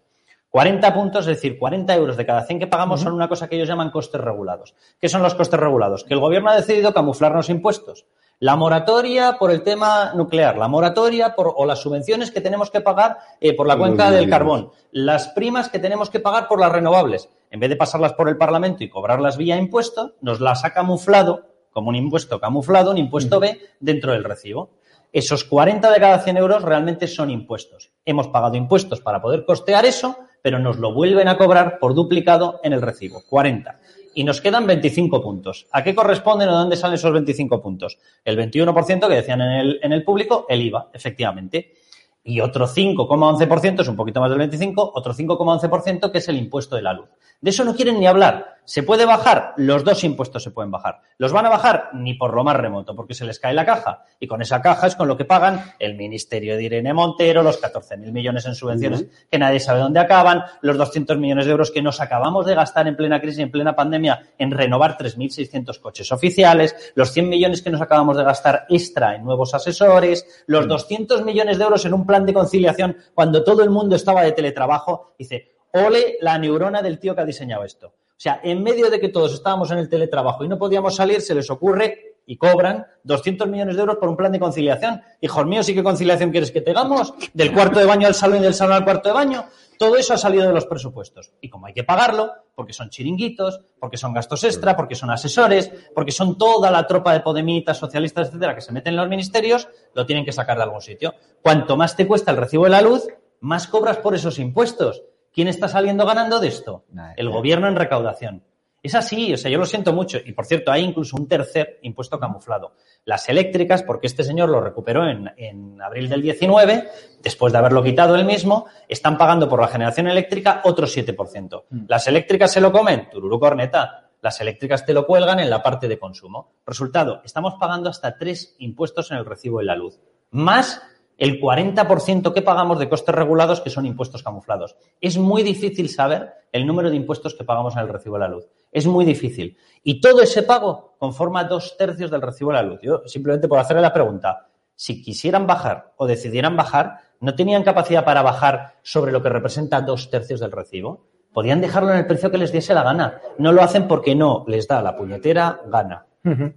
40 puntos, es decir, 40 euros de cada 100 que pagamos son una cosa que ellos llaman costes regulados. ¿Qué son los costes regulados? Que el gobierno ha decidido camuflarnos impuestos. La moratoria por el tema nuclear, la moratoria o las subvenciones que tenemos que pagar por la cuenca del carbón, las primas que tenemos que pagar por las renovables. En vez de pasarlas por el Parlamento y cobrarlas vía impuesto, nos las ha camuflado como un impuesto camuflado, un impuesto B dentro del recibo. Esos 40 de cada 100 euros realmente son impuestos. Hemos pagado impuestos para poder costear eso, pero nos lo vuelven a cobrar por duplicado en el recibo, 40. Y nos quedan 25 puntos. ¿A qué corresponden o de dónde salen esos 25 puntos? El 21% que decían en el público, el IVA, efectivamente. Y otro 5,11%, es un poquito más del 25%, otro 5,11% que es el impuesto de la luz. De eso no quieren ni hablar. ¿Se puede bajar? Los dos impuestos se pueden bajar. ¿Los van a bajar? Ni por lo más remoto, porque se les cae la caja. Y con esa caja es con lo que pagan el ministerio de Irene Montero, los 14.000 millones en subvenciones que nadie sabe dónde acaban, los 200 millones de euros que nos acabamos de gastar en plena crisis y en plena pandemia en renovar 3.600 coches oficiales, los 100 millones que nos acabamos de gastar extra en nuevos asesores, los 200 millones de euros en un plan de conciliación cuando todo el mundo estaba de teletrabajo. Dice, ole la neurona del tío que ha diseñado esto. O sea, en medio de que todos estábamos en el teletrabajo y no podíamos salir, se les ocurre y cobran 200 millones de euros por un plan de conciliación. Hijos míos, ¿y qué conciliación quieres que tengamos? ¿Del cuarto de baño al salón y del salón al cuarto de baño? Todo eso ha salido de los presupuestos. Y como hay que pagarlo, porque son chiringuitos, porque son gastos extra, porque son asesores, porque son toda la tropa de podemitas, socialistas, etcétera, que se meten en los ministerios, lo tienen que sacar de algún sitio. Cuanto más te cuesta el recibo de la luz, más cobras por esos impuestos. ¿Quién está saliendo ganando de esto? El gobierno en recaudación. Es así, o sea, yo lo siento mucho. Y, por cierto, hay incluso un tercer impuesto camuflado. Las eléctricas, porque este señor lo recuperó en abril del 19, después de haberlo quitado él mismo, están pagando por la generación eléctrica otro 7%. ¿Las eléctricas se lo comen? Tururú corneta. Las eléctricas te lo cuelgan en la parte de consumo. Resultado, estamos pagando hasta 3 impuestos en el recibo de la luz. Más el 40% que pagamos de costes regulados, que son impuestos camuflados. Es muy difícil saber el número de impuestos que pagamos en el recibo de la luz. Es muy difícil. Y todo ese pago conforma 2/3 del recibo de la luz. Yo simplemente por hacerle la pregunta, si quisieran bajar o decidieran bajar, ¿no tenían capacidad para bajar sobre lo que representa 2/3 del recibo? Podían dejarlo en el precio que les diese la gana. No lo hacen porque no les da la puñetera gana.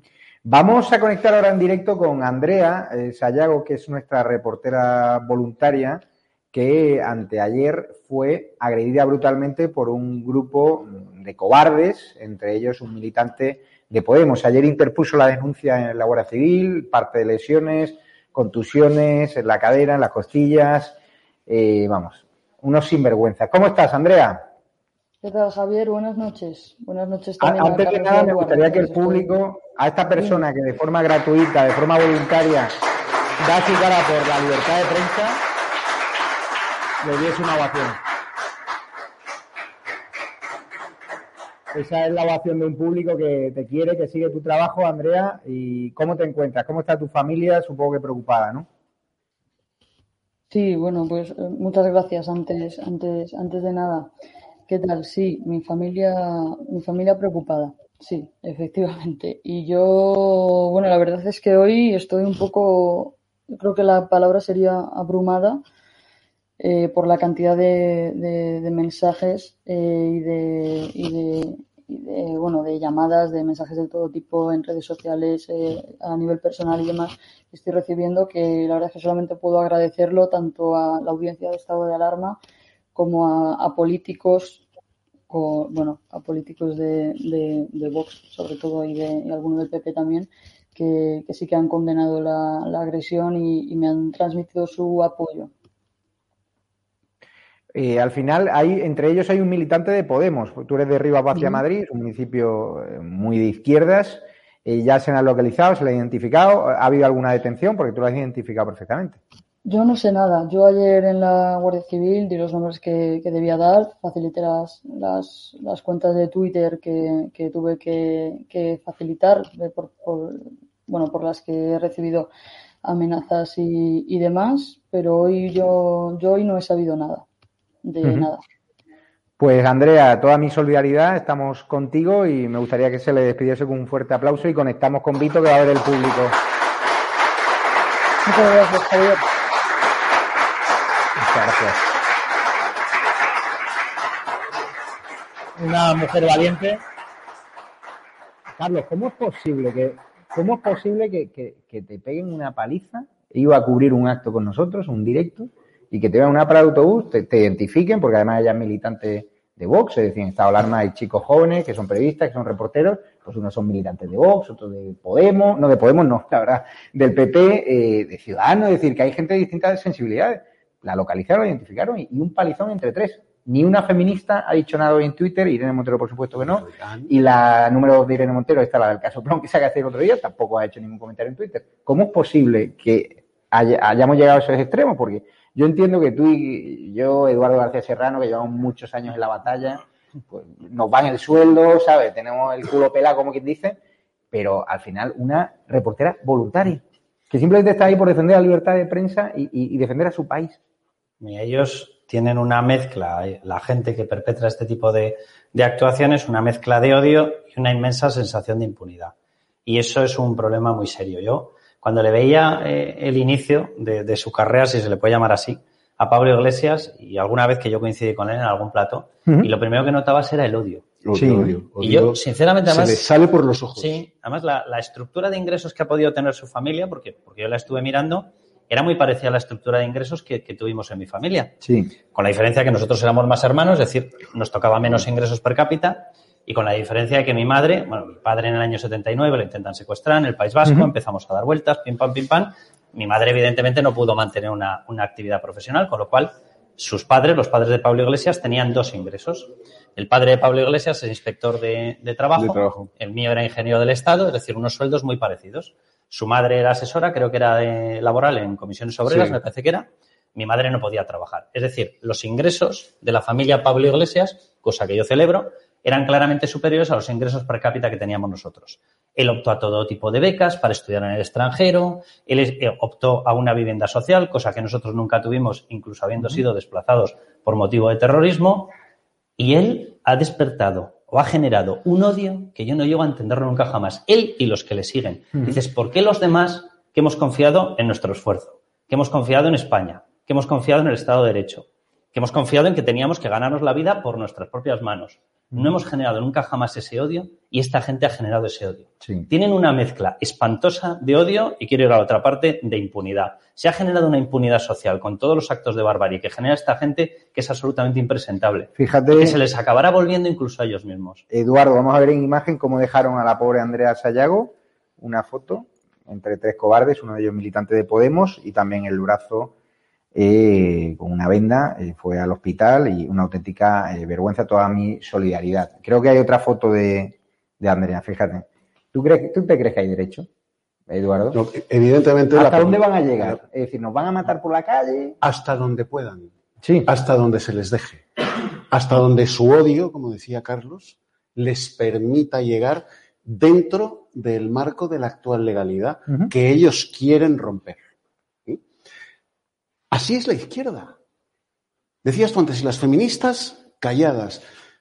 Vamos a conectar ahora en directo con Andrea Sayago, que es nuestra reportera voluntaria, que anteayer fue agredida brutalmente por un grupo de cobardes, entre ellos un militante de Podemos. Ayer interpuso la denuncia en la Guardia Civil, parte de lesiones, contusiones en la cadera, en las costillas. vamos, unos sinvergüenzas. ¿Cómo estás, Andrea? ¿Qué tal, Javier? Buenas noches. Buenas noches también. Antes de nada, me gustaría que el público, a esta persona que de forma gratuita, de forma voluntaria, da su cara por la libertad de prensa, le diese una ovación. Esa es la ovación de un público que te quiere, que sigue tu trabajo, Andrea. ¿Y cómo te encuentras? ¿Cómo está tu familia? Supongo que preocupada, ¿no? Sí, bueno, pues muchas gracias antes de nada. ¿Qué tal? Sí, mi familia preocupada. Sí, efectivamente. Y yo, bueno, la verdad es que hoy estoy un poco, yo creo que la palabra sería abrumada por la cantidad de mensajes y de llamadas, de mensajes de todo tipo en redes sociales, a nivel personal y demás, que estoy recibiendo, que la verdad es que solamente puedo agradecerlo tanto a la audiencia de estado de alarma como a políticos, a políticos de Vox, sobre todo, y algunos del PP también, que sí que han condenado la agresión y me han transmitido su apoyo. Al final, entre ellos hay un militante de Podemos. Tú eres de Rivas Vacia, Madrid, un municipio muy de izquierdas. ¿Ya se han localizado, se le ha identificado? ¿Ha habido alguna detención? Porque tú lo has identificado perfectamente. Yo no sé nada. Yo ayer en la Guardia Civil di los nombres que debía dar, facilité las cuentas de Twitter que tuve que facilitar por las que he recibido amenazas y demás, pero hoy yo hoy no he sabido nada de nada. Pues Andrea, toda mi solidaridad, estamos contigo y me gustaría que se le despidiese con un fuerte aplauso y conectamos con Vito, que va a ver el público. Muchas gracias, Javier. Muchas gracias. Una mujer valiente. Carlos, ¿cómo es posible que te peguen una paliza? Iba a cubrir un acto con nosotros, un directo, y que te vean una parada de autobús, te identifiquen, porque además ella es militante de Vox, es decir, en estado de alarma hay chicos jóvenes que son periodistas, que son reporteros, pues unos son militantes de Vox, otros de Podemos, no, la verdad, del PP, de Ciudadanos, es decir, que hay gente de distintas sensibilidades. La localizaron, la identificaron y un palizón entre tres. Ni una feminista ha dicho nada hoy en Twitter, Irene Montero por supuesto que no, y la número 2 de Irene Montero, esta la del caso Plon que se hace el otro día, tampoco ha hecho ningún comentario en Twitter. ¿Cómo es posible que hayamos llegado a esos extremos? Porque yo entiendo que tú y yo, Eduardo García Serrano, que llevamos muchos años en la batalla, pues nos van el sueldo, ¿sabes? Tenemos el culo pelado, como quien dice, pero al final una reportera voluntaria, que simplemente está ahí por defender la libertad de prensa y defender a su país. Y ellos tienen una mezcla, la gente que perpetra este tipo de actuaciones, una mezcla de odio y una inmensa sensación de impunidad. Y eso es un problema muy serio. Yo, cuando le veía el inicio de su carrera, si se le puede llamar así, a Pablo Iglesias, y alguna vez que yo coincidí con él en algún plato, y lo primero que notabas era el odio. Odio. Y yo, sinceramente, además... Se le sale por los ojos. Sí, además la estructura de ingresos que ha podido tener su familia, porque yo la estuve mirando, era muy parecida a la estructura de ingresos que tuvimos en mi familia. Sí. Con la diferencia que nosotros éramos más hermanos, es decir, nos tocaba menos ingresos per cápita, y con la diferencia de que mi padre en el año 79 lo intentan secuestrar en el País Vasco, empezamos a dar vueltas, pim pam, pim pam. Mi madre, evidentemente, no pudo mantener una actividad profesional, con lo cual sus padres, los padres de Pablo Iglesias, tenían dos ingresos. El padre de Pablo Iglesias es inspector de trabajo, el mío era ingeniero del Estado, es decir, unos sueldos muy parecidos. Su madre era asesora, creo que era laboral en comisiones obreras, me parece que era. Mi madre no podía trabajar. Es decir, los ingresos de la familia Pablo Iglesias, cosa que yo celebro, eran claramente superiores a los ingresos per cápita que teníamos nosotros. Él optó a todo tipo de becas para estudiar en el extranjero, él optó a una vivienda social, cosa que nosotros nunca tuvimos, incluso habiendo sido desplazados por motivo de terrorismo, y él ha despertado o ha generado un odio que yo no llego a entenderlo nunca jamás. Él y los que le siguen. Dices, ¿por qué los demás que hemos confiado en nuestro esfuerzo, que hemos confiado en España, que hemos confiado en el Estado de Derecho, que hemos confiado en que teníamos que ganarnos la vida por nuestras propias manos? No hemos generado nunca jamás ese odio y esta gente ha generado ese odio. Sí. Tienen una mezcla espantosa de odio y quiero ir a la otra parte, de impunidad. Se ha generado una impunidad social con todos los actos de barbarie que genera esta gente que es absolutamente impresentable. Fíjate. Y que se les acabará volviendo incluso a ellos mismos. Eduardo, vamos a ver en imagen cómo dejaron a la pobre Andrea Sayago una foto entre tres cobardes, uno de ellos militante de Podemos y también el brazo con una venda, fue al hospital y una auténtica vergüenza, toda mi solidaridad. Creo que hay otra foto de Andrea, fíjate. ¿Tú te crees que hay derecho, Eduardo? No, evidentemente. ¿Hasta dónde van a llegar? Es decir, ¿nos van a matar por la calle? Hasta donde puedan. Sí. Hasta donde se les deje. Hasta donde su odio, como decía Carlos, les permita llegar dentro del marco de la actual legalidad que ellos quieren romper. ¿Sí? Así es la izquierda. Decías tú antes, y las feministas calladas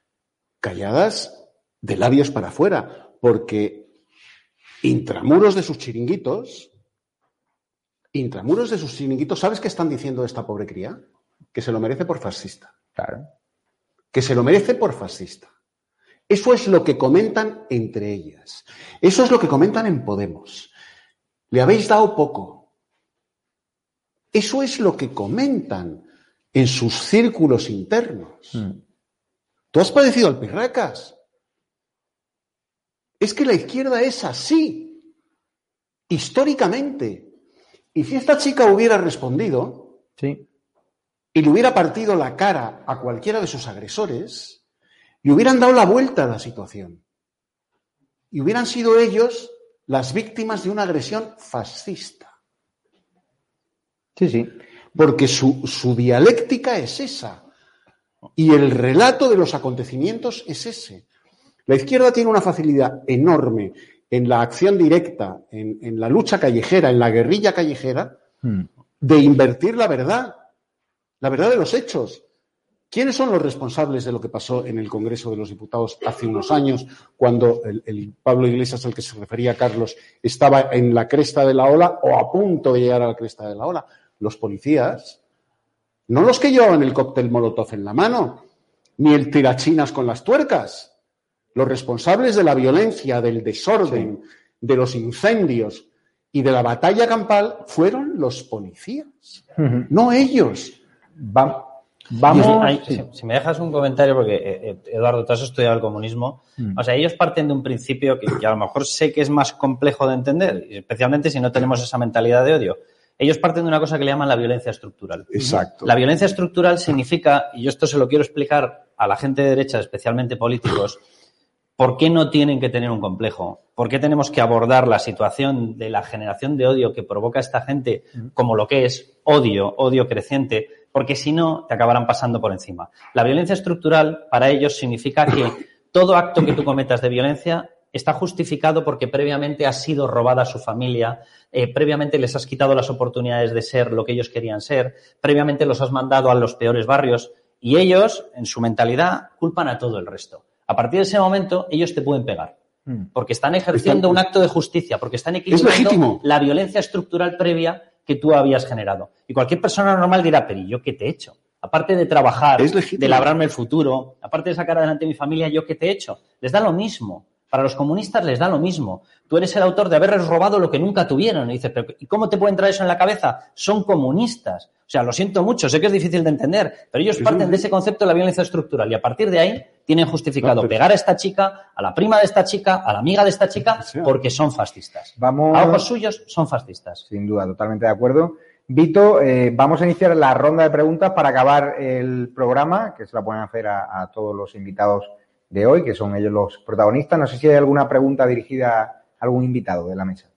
de labios para afuera, porque intramuros de sus chiringuitos, ¿sabes qué están diciendo de esta pobre cría? Que se lo merece por fascista. Claro. Que se lo merece por fascista. Eso es lo que comentan entre ellas. Eso es lo que comentan en Podemos. Le habéis dado poco. Eso es lo que comentan en sus círculos internos. Tú has padecido alpirracas. Es que la izquierda es así, históricamente. Y si esta chica hubiera respondido y le hubiera partido la cara a cualquiera de sus agresores, le hubieran dado la vuelta a la situación. Y hubieran sido ellos las víctimas de una agresión fascista. Sí. Porque su dialéctica es esa. Y el relato de los acontecimientos es ese. La izquierda tiene una facilidad enorme en la acción directa, en la lucha callejera, en la guerrilla callejera, de invertir la verdad de los hechos. ¿Quiénes son los responsables de lo que pasó en el Congreso de los Diputados hace unos años, cuando el Pablo Iglesias al que se refería Carlos estaba en la cresta de la ola o a punto de llegar a la cresta de la ola? Los policías, no los que llevaban el cóctel Molotov en la mano, ni el tirachinas con las tuercas. Los responsables de la violencia, del desorden, de los incendios y de la batalla campal fueron los policías, no ellos. Vamos. Si me dejas un comentario, porque Eduardo, tú has estudiado el comunismo. O sea, ellos parten de un principio que a lo mejor sé que es más complejo de entender, especialmente si no tenemos esa mentalidad de odio. Ellos parten de una cosa que le llaman la violencia estructural. Exacto. La violencia estructural significa, y yo esto se lo quiero explicar a la gente de derecha, especialmente políticos, ¿por qué no tienen que tener un complejo? ¿Por qué tenemos que abordar la situación de la generación de odio que provoca esta gente como lo que es odio creciente? Porque si no, te acabarán pasando por encima. La violencia estructural para ellos significa que todo acto que tú cometas de violencia está justificado porque previamente ha sido robada a su familia, previamente les has quitado las oportunidades de ser lo que ellos querían ser, previamente los has mandado a los peores barrios y ellos, en su mentalidad, culpan a todo el resto. A partir de ese momento, ellos te pueden pegar. Porque están ejerciendo un acto de justicia, porque están equilibrando la violencia estructural previa que tú habías generado. Y cualquier persona normal dirá, pero ¿y yo qué te he hecho? Aparte de trabajar, de labrarme el futuro, aparte de sacar adelante a mi familia, ¿yo qué te he hecho? Les da lo mismo. Para los comunistas les da lo mismo. Tú eres el autor de haberles robado lo que nunca tuvieron. Y dices, ¿pero ¿y cómo te puede entrar eso en la cabeza? Son comunistas. O sea, lo siento mucho, sé que es difícil de entender, pero ellos parten de ese concepto de la violencia estructural y a partir de ahí tienen justificado pegar a esta chica, a la prima de esta chica, a la amiga de esta chica, porque son fascistas. Vamos... A ojos suyos son fascistas. Sin duda, totalmente de acuerdo. Vito, vamos a iniciar la ronda de preguntas para acabar el programa, que se la pueden hacer a todos los invitados de hoy, que son ellos los protagonistas. No sé si hay alguna pregunta dirigida a algún invitado de la mesa.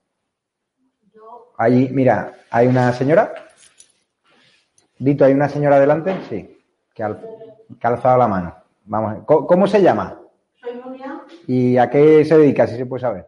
Ahí, mira, hay una señora. Vito, ¿hay una señora delante? Sí, que ha alzado la mano. Vamos a ver. ¿Cómo se llama? Soy Nuria. ¿Y a qué se dedica, si se puede saber?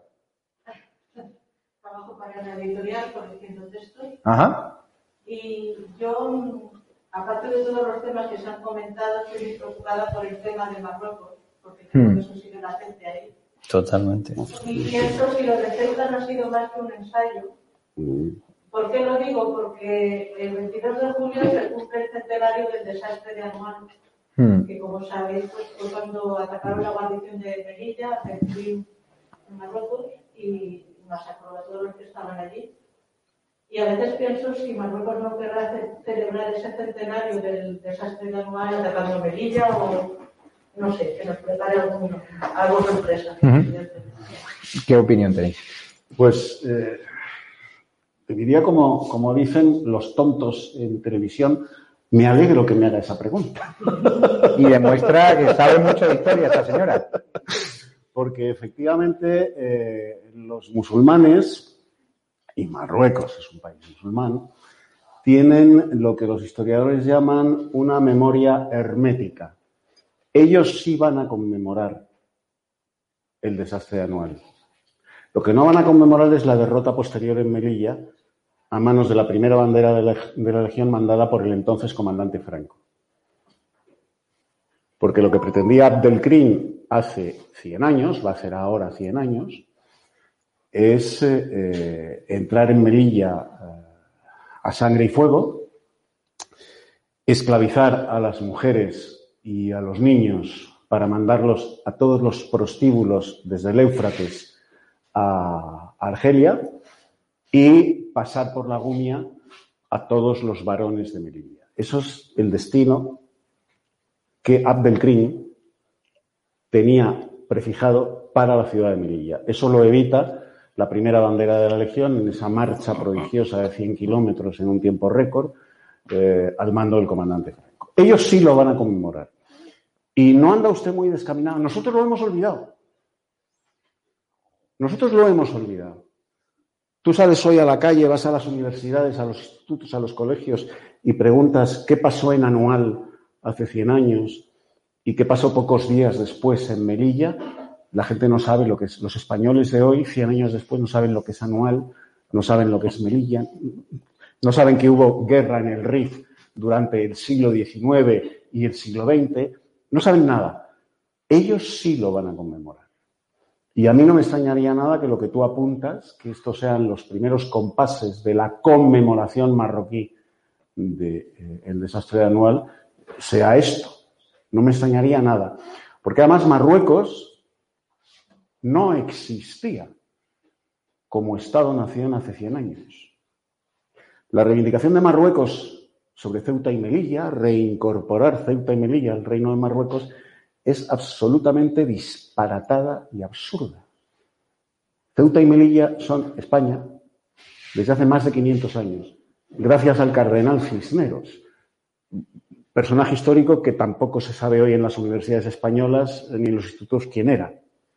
Trabajo para la editorial corrigiendo textos. Ajá. Y yo, aparte de todos los temas que se han comentado, estoy muy preocupada por el tema de Marruecos, porque creo que eso sigue latente ahí. Totalmente. Y pienso si lo de Ceuta no ha sido más que un ensayo. ¿Por qué lo digo? Porque el 22 de julio se cumple el centenario del desastre de Anual, que como sabéis pues, fue cuando atacaron la guarnición de Melilla, en Marruecos, y masacró a todos los que estaban allí. Y a veces pienso si Marruecos no querrá celebrar ese centenario del desastre de Anual atacando Melilla o no sé, que nos prepare algo sorpresa. ¿Qué opinión tenéis? Pues Te diría como dicen los tontos en televisión, me alegro que me haga esa pregunta. Y demuestra que sabe mucho de historia esta señora. Porque efectivamente los musulmanes, y Marruecos es un país musulmán, tienen lo que los historiadores llaman una memoria hermética. Ellos sí van a conmemorar el desastre anual. Lo que no van a conmemorar es la derrota posterior en Melilla a manos de la primera bandera de la Legión mandada por el entonces comandante Franco. Porque lo que pretendía Abdelkrim hace 100 años, va a ser ahora 100 años, es entrar en Melilla a sangre y fuego, esclavizar a las mujeres y a los niños para mandarlos a todos los prostíbulos desde el Éufrates a Argelia y pasar por la Gumia a todos los varones de Melilla. Eso es el destino que Abdelkrim tenía prefijado para la ciudad de Melilla. Eso lo evita la primera bandera de la Legión en esa marcha prodigiosa de 100 kilómetros en un tiempo récord al mando del comandante Franco. Ellos sí lo van a conmemorar. Y no anda usted muy descaminado. Nosotros lo hemos olvidado. Nosotros lo hemos olvidado. Tú sales hoy a la calle, vas a las universidades, a los institutos, a los colegios y preguntas qué pasó en Anual hace 100 años y qué pasó pocos días después en Melilla. La gente no sabe lo que es. Los españoles de hoy, 100 años después, no saben lo que es Anual, no saben lo que es Melilla, no saben que hubo guerra en el Rif durante el siglo XIX y el siglo XX. No saben nada. Ellos sí lo van a conmemorar. Y a mí no me extrañaría nada que lo que tú apuntas, que estos sean los primeros compases de la conmemoración marroquí del desastre de Anual, sea esto. No me extrañaría nada. Porque además Marruecos no existía como Estado-nación hace 100 años. La reivindicación de Marruecos sobre Ceuta y Melilla, reincorporar Ceuta y Melilla al Reino de Marruecos, es absolutamente disparatada y absurda. Ceuta y Melilla son España desde hace más de 500 años, gracias al cardenal Cisneros, personaje histórico que tampoco se sabe hoy en las universidades españolas ni en los institutos quién era.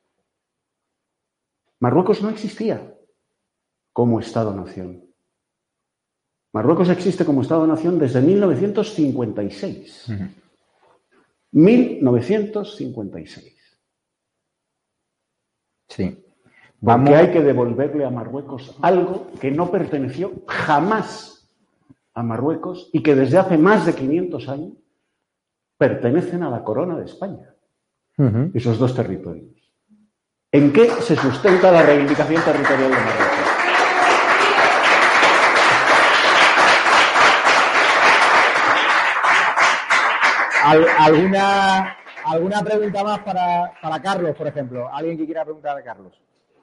Marruecos no existía como Estado-nación. Marruecos existe como Estado-nación desde 1956. 1956. Sí. Porque hay que devolverle a Marruecos algo que no perteneció jamás a Marruecos y que desde hace más de 500 años pertenecen a la corona de España. Esos dos territorios. ¿En qué se sustenta la reivindicación territorial de Marruecos? ¿Alguna pregunta más para Carlos, por ejemplo? ¿Alguien que quiera preguntar a Carlos?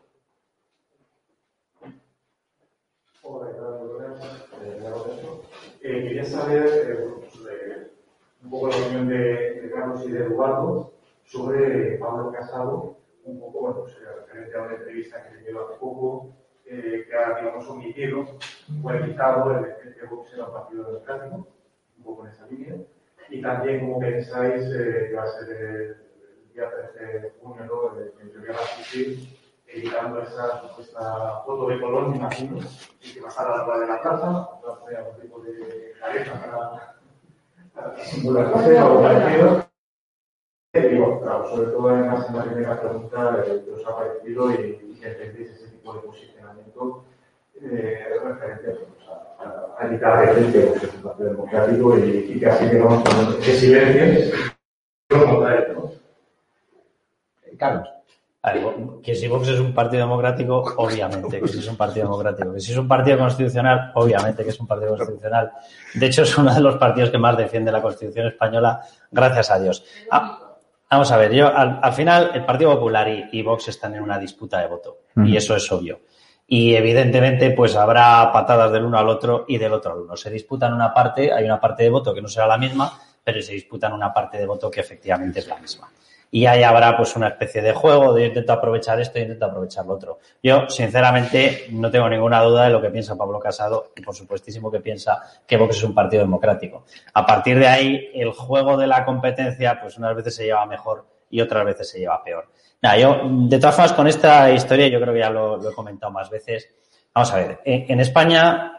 Quería saber un poco la opinión de Carlos y de Eduardo sobre Pablo Casado, un poco, bueno, pues, referente a una entrevista que le dio hace poco, que ha, digamos, omitido o evitado el decir que Vox era un partido democrático, un poco en esa línea. Y también, como pensáis, que va a ser el día 13 de junio, ¿no? En teoría va a asistir, editando esa supuesta foto de Colón, me imagino, y que va a estar a la de la plaza, va a poner algún tipo de careta para simular que sea o parecido. Y bueno, claro, sobre todo además en la primera pregunta que os ha parecido y que entendéis ese tipo de posicionamiento referente a evitar el que es un partido democrático y que así digamos que silencios lo contrario, ¿no? Carlos. Que si Vox es un partido democrático, obviamente que sí es un partido democrático. Que si es un partido constitucional, obviamente que es un partido constitucional. De hecho, es uno de los partidos que más defiende la Constitución española, gracias a Dios. Vamos a ver, yo al final el Partido Popular y Vox están en una disputa de voto. Y eso es obvio. Y evidentemente pues habrá patadas del uno al otro y del otro al uno. Se disputan una parte, hay una parte de voto que no será la misma, pero se disputan una parte de voto que efectivamente es la misma. y ahí habrá pues una especie de juego de intento aprovechar esto y intento aprovechar lo otro. Yo, sinceramente, no tengo ninguna duda de lo que piensa Pablo Casado y, por supuestísimo, que piensa que Vox es un partido democrático. A partir de ahí, el juego de la competencia, pues unas veces se lleva mejor y otras veces se lleva peor. Nada, yo, de todas formas, con esta historia, yo creo que ya lo he comentado más veces. Vamos a ver, en España,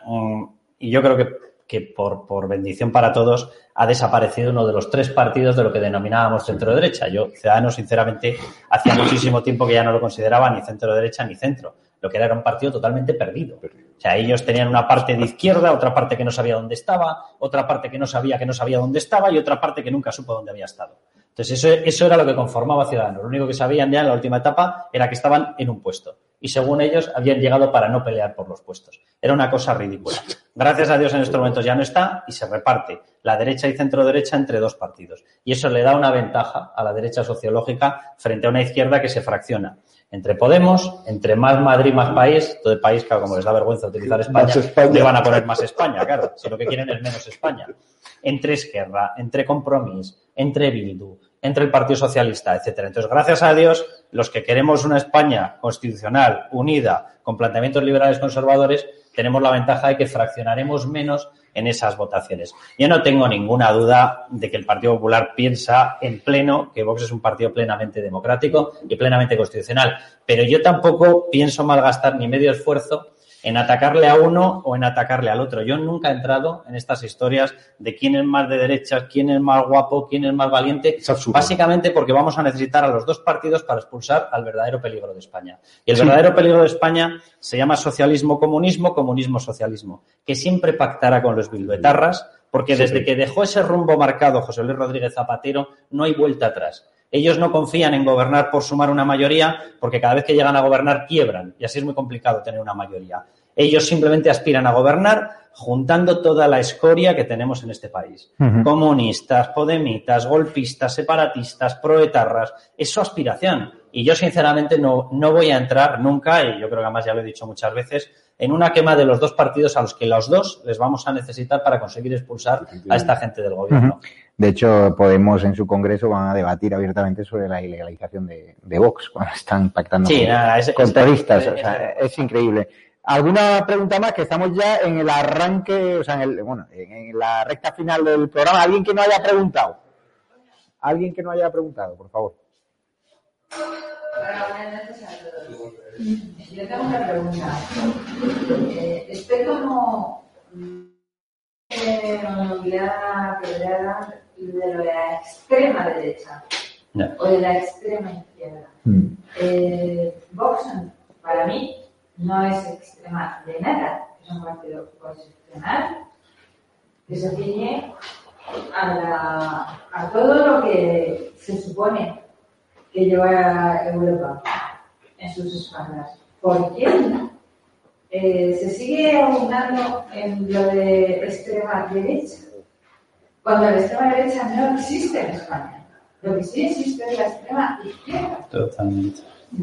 y yo creo que por bendición para todos, ha desaparecido uno de los 3 partidos de lo que denominábamos centro-derecha. Yo, Ciudadanos, sinceramente, hacía muchísimo tiempo que ya no lo consideraba ni centro-derecha ni centro. Lo que era un partido totalmente perdido. O sea, ellos tenían una parte de izquierda, otra parte que no sabía dónde estaba, otra parte que no sabía dónde estaba y otra parte que nunca supo dónde había estado. Entonces, eso era lo que conformaba Ciudadanos. Lo único que sabían ya en la última etapa era que estaban en un puesto. Y según ellos, habían llegado para no pelear por los puestos. Era una cosa ridícula. Gracias a Dios en estos momentos ya no está y se reparte la derecha y centro-derecha entre 2 partidos. Y eso le da una ventaja a la derecha sociológica frente a una izquierda que se fracciona entre Podemos, entre Más Madrid, Más País. Todo el país, claro, como les da vergüenza utilizar España, le van a poner Más España, claro. Si lo que quieren es menos España. Entre Esquerra, entre Compromís, entre Bildu, entre el Partido Socialista, etcétera. Entonces, gracias a Dios, los que queremos una España constitucional, unida, con planteamientos liberales conservadores, tenemos la ventaja de que fraccionaremos menos en esas votaciones. Yo no tengo ninguna duda de que el Partido Popular piensa en pleno que Vox es un partido plenamente democrático y plenamente constitucional, pero yo tampoco pienso malgastar ni medio esfuerzo en atacarle a uno o en atacarle al otro. Yo nunca he entrado en estas historias de quién es más de derechas, quién es más guapo, quién es más valiente, básicamente porque vamos a necesitar a los 2 partidos para expulsar al verdadero peligro de España. Y el verdadero peligro de España se llama socialismo-comunismo, comunismo-socialismo, que siempre pactará con los bilduetarras, porque desde que dejó ese rumbo marcado José Luis Rodríguez Zapatero no hay vuelta atrás. Ellos no confían en gobernar por sumar una mayoría porque cada vez que llegan a gobernar quiebran y así es muy complicado tener una mayoría. Ellos simplemente aspiran a gobernar juntando toda la escoria que tenemos en este país. Comunistas, podemitas, golpistas, separatistas, proetarras. Es su aspiración. Y yo, sinceramente, no voy a entrar nunca, y yo creo que además ya lo he dicho muchas veces, en una quema de los 2 partidos a los que los 2 les vamos a necesitar para conseguir expulsar a esta gente del gobierno. De hecho, Podemos en su congreso van a debatir abiertamente sobre la ilegalización de Vox cuando están pactando con terroristas. O sea, es increíble. ¿Alguna pregunta más? Que estamos ya en el arranque, o sea, en la recta final del programa. ¿Alguien que no haya preguntado? ¿Alguien que no haya preguntado, por favor? Hola, buenas noches a todos. Yo tengo una pregunta. Estoy como obligada a hablar de la extrema derecha o de la extrema izquierda. Vox, para mí, no es extrema de nada. Es un partido constitucional que se ciñe a todo lo que se supone que lleva Europa en sus espaldas. ¿Por qué se sigue abundando en lo de extrema derecha? Cuando la extrema derecha no existe en España. Lo que sí existe es la extrema izquierda. Totalmente.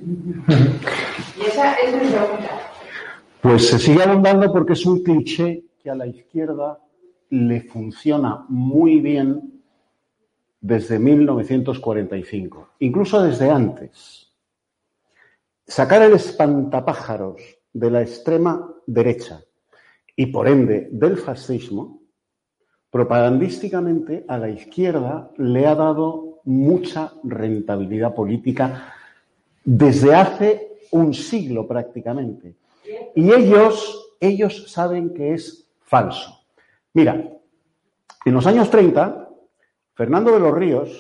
Y esa es mi pregunta. Pues se sigue abundando porque es un cliché que a la izquierda le funciona muy bien desde 1945, incluso desde antes. Sacar el espantapájaros de la extrema derecha y, por ende, del fascismo, propagandísticamente a la izquierda le ha dado mucha rentabilidad política desde hace un siglo prácticamente. Y ellos saben que es falso. Mira, en los años 30, Fernando de los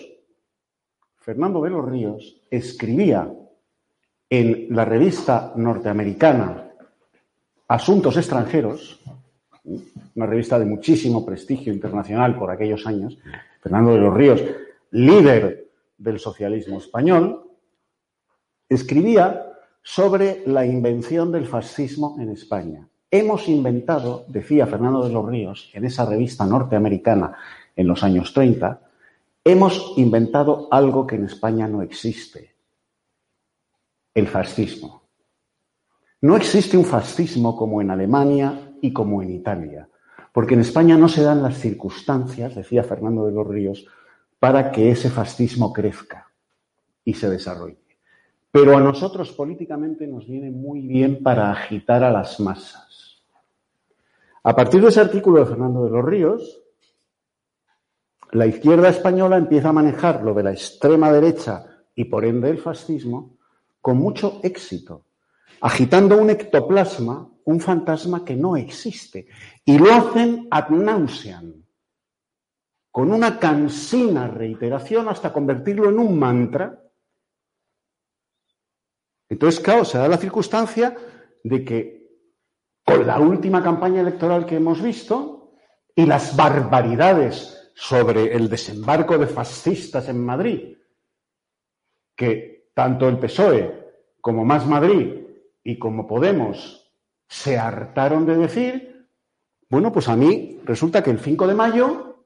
Ríos escribía en la revista norteamericana Asuntos Extranjeros, una revista de muchísimo prestigio internacional por aquellos años, Fernando de los Ríos, líder del socialismo español, escribía sobre la invención del fascismo en España. Hemos inventado, decía Fernando de los Ríos, en esa revista norteamericana en los años 30, hemos inventado algo que en España no existe, el fascismo. No existe un fascismo como en Alemania y como en Italia, porque en España no se dan las circunstancias, decía Fernando de los Ríos, para que ese fascismo crezca. y se desarrolle. Pero a nosotros políticamente nos viene muy bien para agitar a las masas. A partir de ese artículo de Fernando de los Ríos, la izquierda española empieza a manejar lo de la extrema derecha y por ende el fascismo con mucho éxito, agitando un ectoplasma, un fantasma que no existe. Y lo hacen ad nauseam, con una cansina reiteración hasta convertirlo en un mantra. Entonces, claro, se da la circunstancia de que con la última campaña electoral que hemos visto y las barbaridades sobre el desembarco de fascistas en Madrid, que tanto el PSOE como Más Madrid y como Podemos se hartaron de decir, bueno, pues a mí resulta que el 5 de mayo,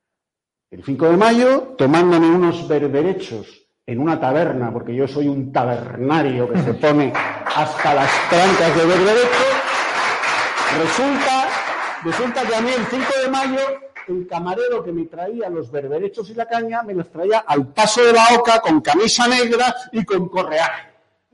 tomándome unos berberechos en una taberna, porque yo soy un tabernario que se pone hasta las trancas de berberecho, resulta que a mí el 5 de mayo el camarero que me traía los berberechos y la caña me los traía al paso de la oca con camisa negra y con correaje.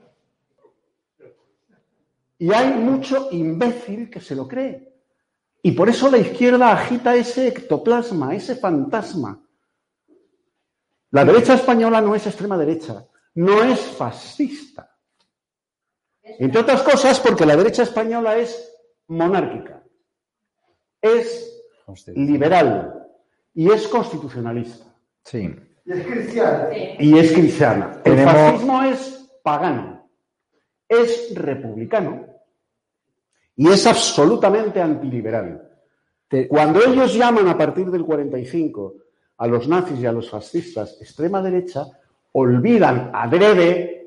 Y hay mucho imbécil que se lo cree. Y por eso la izquierda agita ese ectoplasma, ese fantasma. La derecha española no es extrema derecha, no es fascista. Entre otras cosas porque la derecha española es monárquica, es liberal y es constitucionalista. Sí. Y es cristiana. Y es cristiana. El fascismo es pagano, es republicano y es absolutamente antiliberal. Cuando ellos llaman a partir del 45 a los nazis y a los fascistas extrema derecha, olvidan adrede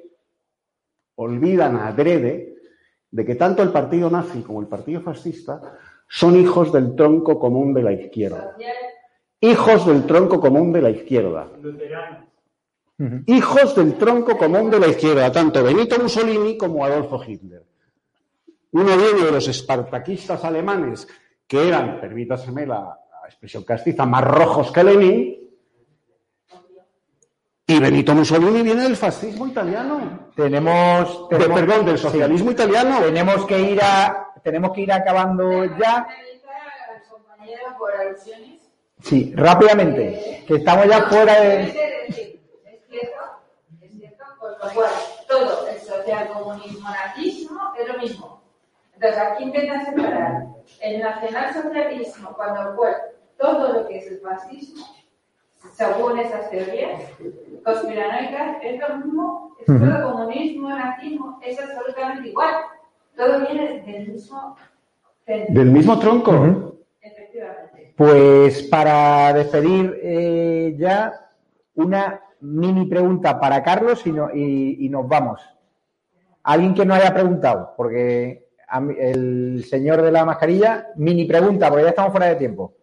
de que tanto el partido nazi como el partido fascista son hijos del tronco común de la izquierda. Hijos del tronco común de la izquierda. Hijos del tronco común de la izquierda, tanto Benito Mussolini como Adolfo Hitler. Uno viene de los espartaquistas alemanes, que eran, permítaseme la expresión castiza, más rojos que Lenin, y Benito Mussolini viene del fascismo italiano. Del socialismo italiano. Tenemos que ir acabando ya. Sí, rápidamente, que estamos ya fuera de... Es cierto, con lo cual todo el socialcomunismo, nazismo es lo mismo. Entonces aquí intentan separar el nacionalsocialismo, cuando todo lo que es el fascismo, según esas teorías conspiranoicas, es lo mismo, es todo comunismo, nazismo, es absolutamente igual. Todo viene del mismo centro. ¿Del mismo tronco? Efectivamente. Pues para despedir ya, una mini pregunta para Carlos y nos vamos. Alguien que no haya preguntado, porque el señor de la mascarilla, mini pregunta, porque ya estamos fuera de tiempo.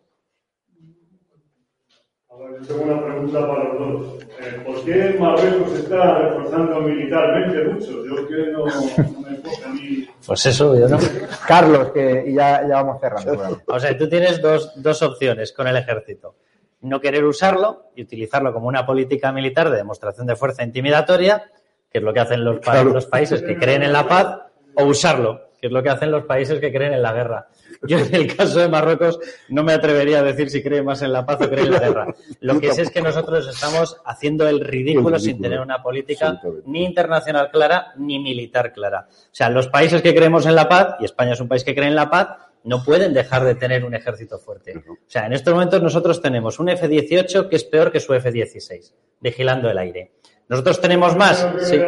Yo tengo una pregunta para los dos. ¿Por qué Marruecos se está reforzando militarmente mucho? Yo que no me enfoca a mí. Pues eso, yo no. Carlos, y ya vamos cerrando. O sea, tú tienes dos opciones con el ejército. No querer usarlo y utilizarlo como una política militar de demostración de fuerza intimidatoria, que es lo que hacen los países que creen en la paz, o usarlo, que es lo que hacen los países que creen en la guerra. Yo en el caso de Marruecos no me atrevería a decir si cree más en la paz o cree en la guerra. Lo que sé es que nosotros estamos haciendo el ridículo sin tener una política ni internacional clara ni militar clara. O sea, los países que creemos en la paz, y España es un país que cree en la paz, no pueden dejar de tener un ejército fuerte. O sea, en estos momentos nosotros tenemos un F-18 que es peor que su F-16, vigilando el aire. Nosotros tenemos más. Sí.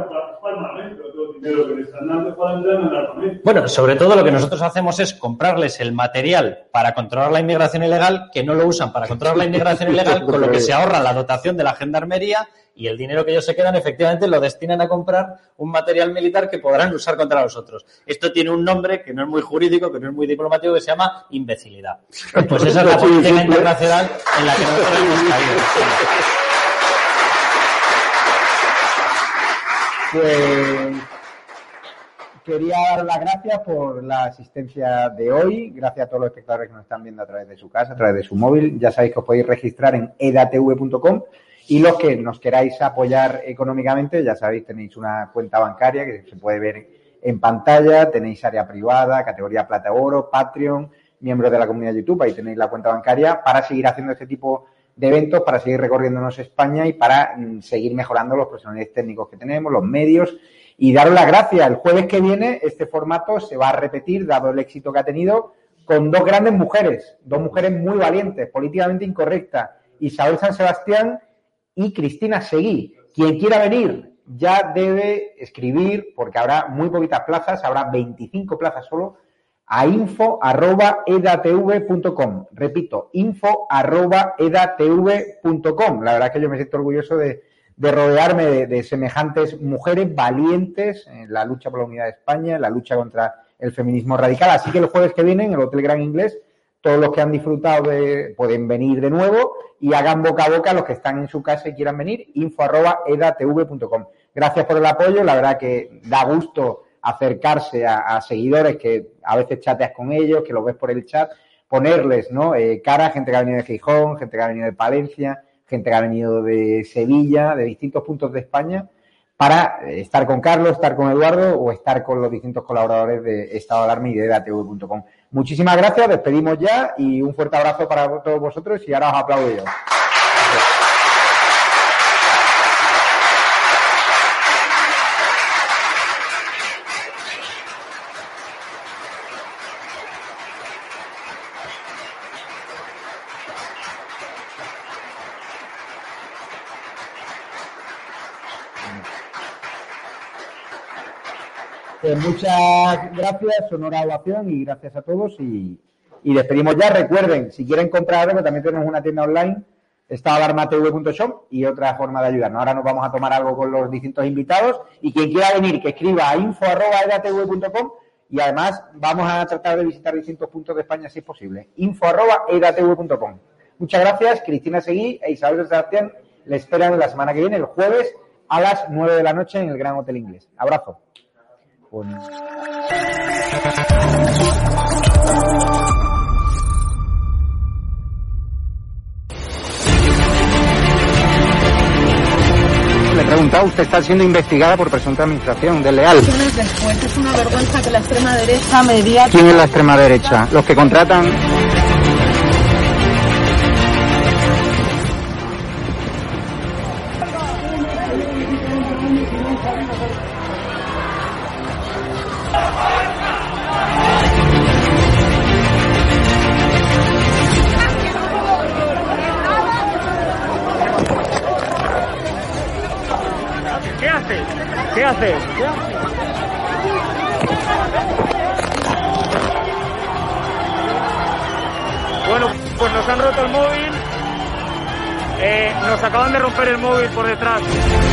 Bueno, sobre todo lo que nosotros hacemos es comprarles el material para controlar la inmigración ilegal, que no lo usan para controlar la inmigración ilegal, con lo que se ahorra la dotación de la gendarmería y el dinero que ellos se quedan efectivamente lo destinan a comprar un material militar que podrán usar contra nosotros. Esto tiene un nombre que no es muy jurídico, que no es muy diplomático, que se llama imbecilidad. Pues esa es la política internacional en la que nosotros hemos caído. Pues quería dar las gracias por la asistencia de hoy. Gracias a todos los espectadores que nos están viendo a través de su casa, a través de su móvil. Ya sabéis que os podéis registrar en edatv.com Y los que nos queráis apoyar económicamente, ya sabéis, tenéis una cuenta bancaria que se puede ver en pantalla, tenéis área privada, categoría plata oro, Patreon, miembros de la comunidad YouTube, ahí tenéis la cuenta bancaria para seguir haciendo este tipo de eventos, para seguir recorriéndonos España y para seguir mejorando los profesionales técnicos que tenemos, los medios, y daros las gracias. El jueves que viene este formato se va a repetir, dado el éxito que ha tenido, con dos grandes mujeres, dos mujeres muy valientes, políticamente incorrectas, Isabel San Sebastián y Cristina Seguí. Quien quiera venir ya debe escribir, porque habrá muy poquitas plazas, habrá 25 plazas solo, a info@edatv.com. Repito, info@edatv.com. La verdad es que yo me siento orgulloso de rodearme de semejantes mujeres valientes en la lucha por la unidad de España, en la lucha contra el feminismo radical. Así que el jueves que viene en el Hotel Gran Inglés, todos los que han disfrutado pueden venir de nuevo y hagan boca a boca los que están en su casa y quieran venir, info@edatv.com. Gracias por el apoyo, la verdad que da gusto acercarse a seguidores que a veces chateas con ellos, que los ves por el chat, ponerles, ¿no? Cara, gente que ha venido de Gijón, gente que ha venido de Palencia, gente que ha venido de Sevilla, de distintos puntos de España, para estar con Carlos, estar con Eduardo o estar con los distintos colaboradores de Estado de Alarma y de edatv.com. Muchísimas gracias, despedimos ya y un fuerte abrazo para todos vosotros y ahora os aplaudo yo. Muchas gracias, sonora ovación y gracias a todos y despedimos ya. Recuerden, si quieren comprar algo, también tenemos una tienda online, estadoalarmatv.shop y otra forma de ayudarnos. Ahora nos vamos a tomar algo con los distintos invitados y quien quiera venir, que escriba a info@edatv.com y además vamos a tratar de visitar distintos puntos de España si es posible. info@edatv.com. Muchas gracias, Cristina Seguí e Isabel Sebastián le esperan la semana que viene, el jueves a las 9 de la noche en el Gran Hotel Inglés. Abrazo. Le he preguntado, usted está siendo investigada por presunta administración desleal. Después es una vergüenza que la extrema derecha media. ¿Quién es la extrema derecha? Los que contratan. ¿Qué haces? Bueno, pues nos han roto el móvil. Nos acaban de romper el móvil por detrás.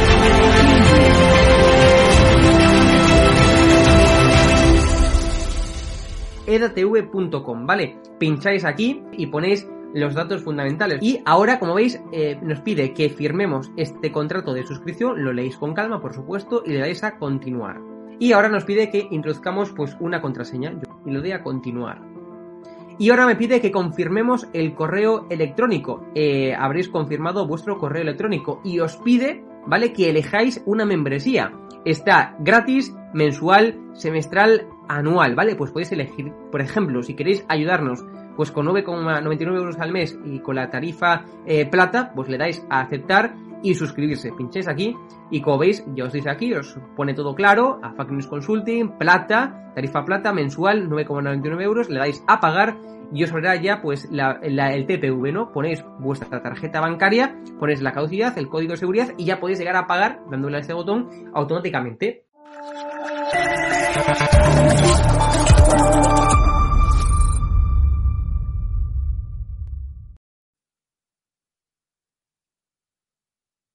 edatv.com, ¿vale? Pincháis aquí y ponéis los datos fundamentales. Y ahora, como veis, nos pide que firmemos este contrato de suscripción, lo leéis con calma, por supuesto, y le dais a continuar. Y ahora nos pide que introduzcamos pues una contraseña, y lo doy a continuar. Y ahora me pide que confirmemos el correo electrónico. Habréis confirmado vuestro correo electrónico y os pide, ¿vale?, que elijáis una membresía. Está gratis, mensual, semestral, anual, ¿vale? Pues podéis elegir, por ejemplo, si queréis ayudarnos pues con 9,99 euros al mes y con la tarifa plata, pues le dais a aceptar y suscribirse. Pincháis aquí y como veis, ya os dice aquí, os pone todo claro, a Fact News Consulting, plata, tarifa plata, mensual, 9,99 euros, le dais a pagar y os verá ya pues el TPV, ¿no? Ponéis vuestra tarjeta bancaria, ponéis la caducidad, el código de seguridad y ya podéis llegar a pagar dándole a este botón automáticamente.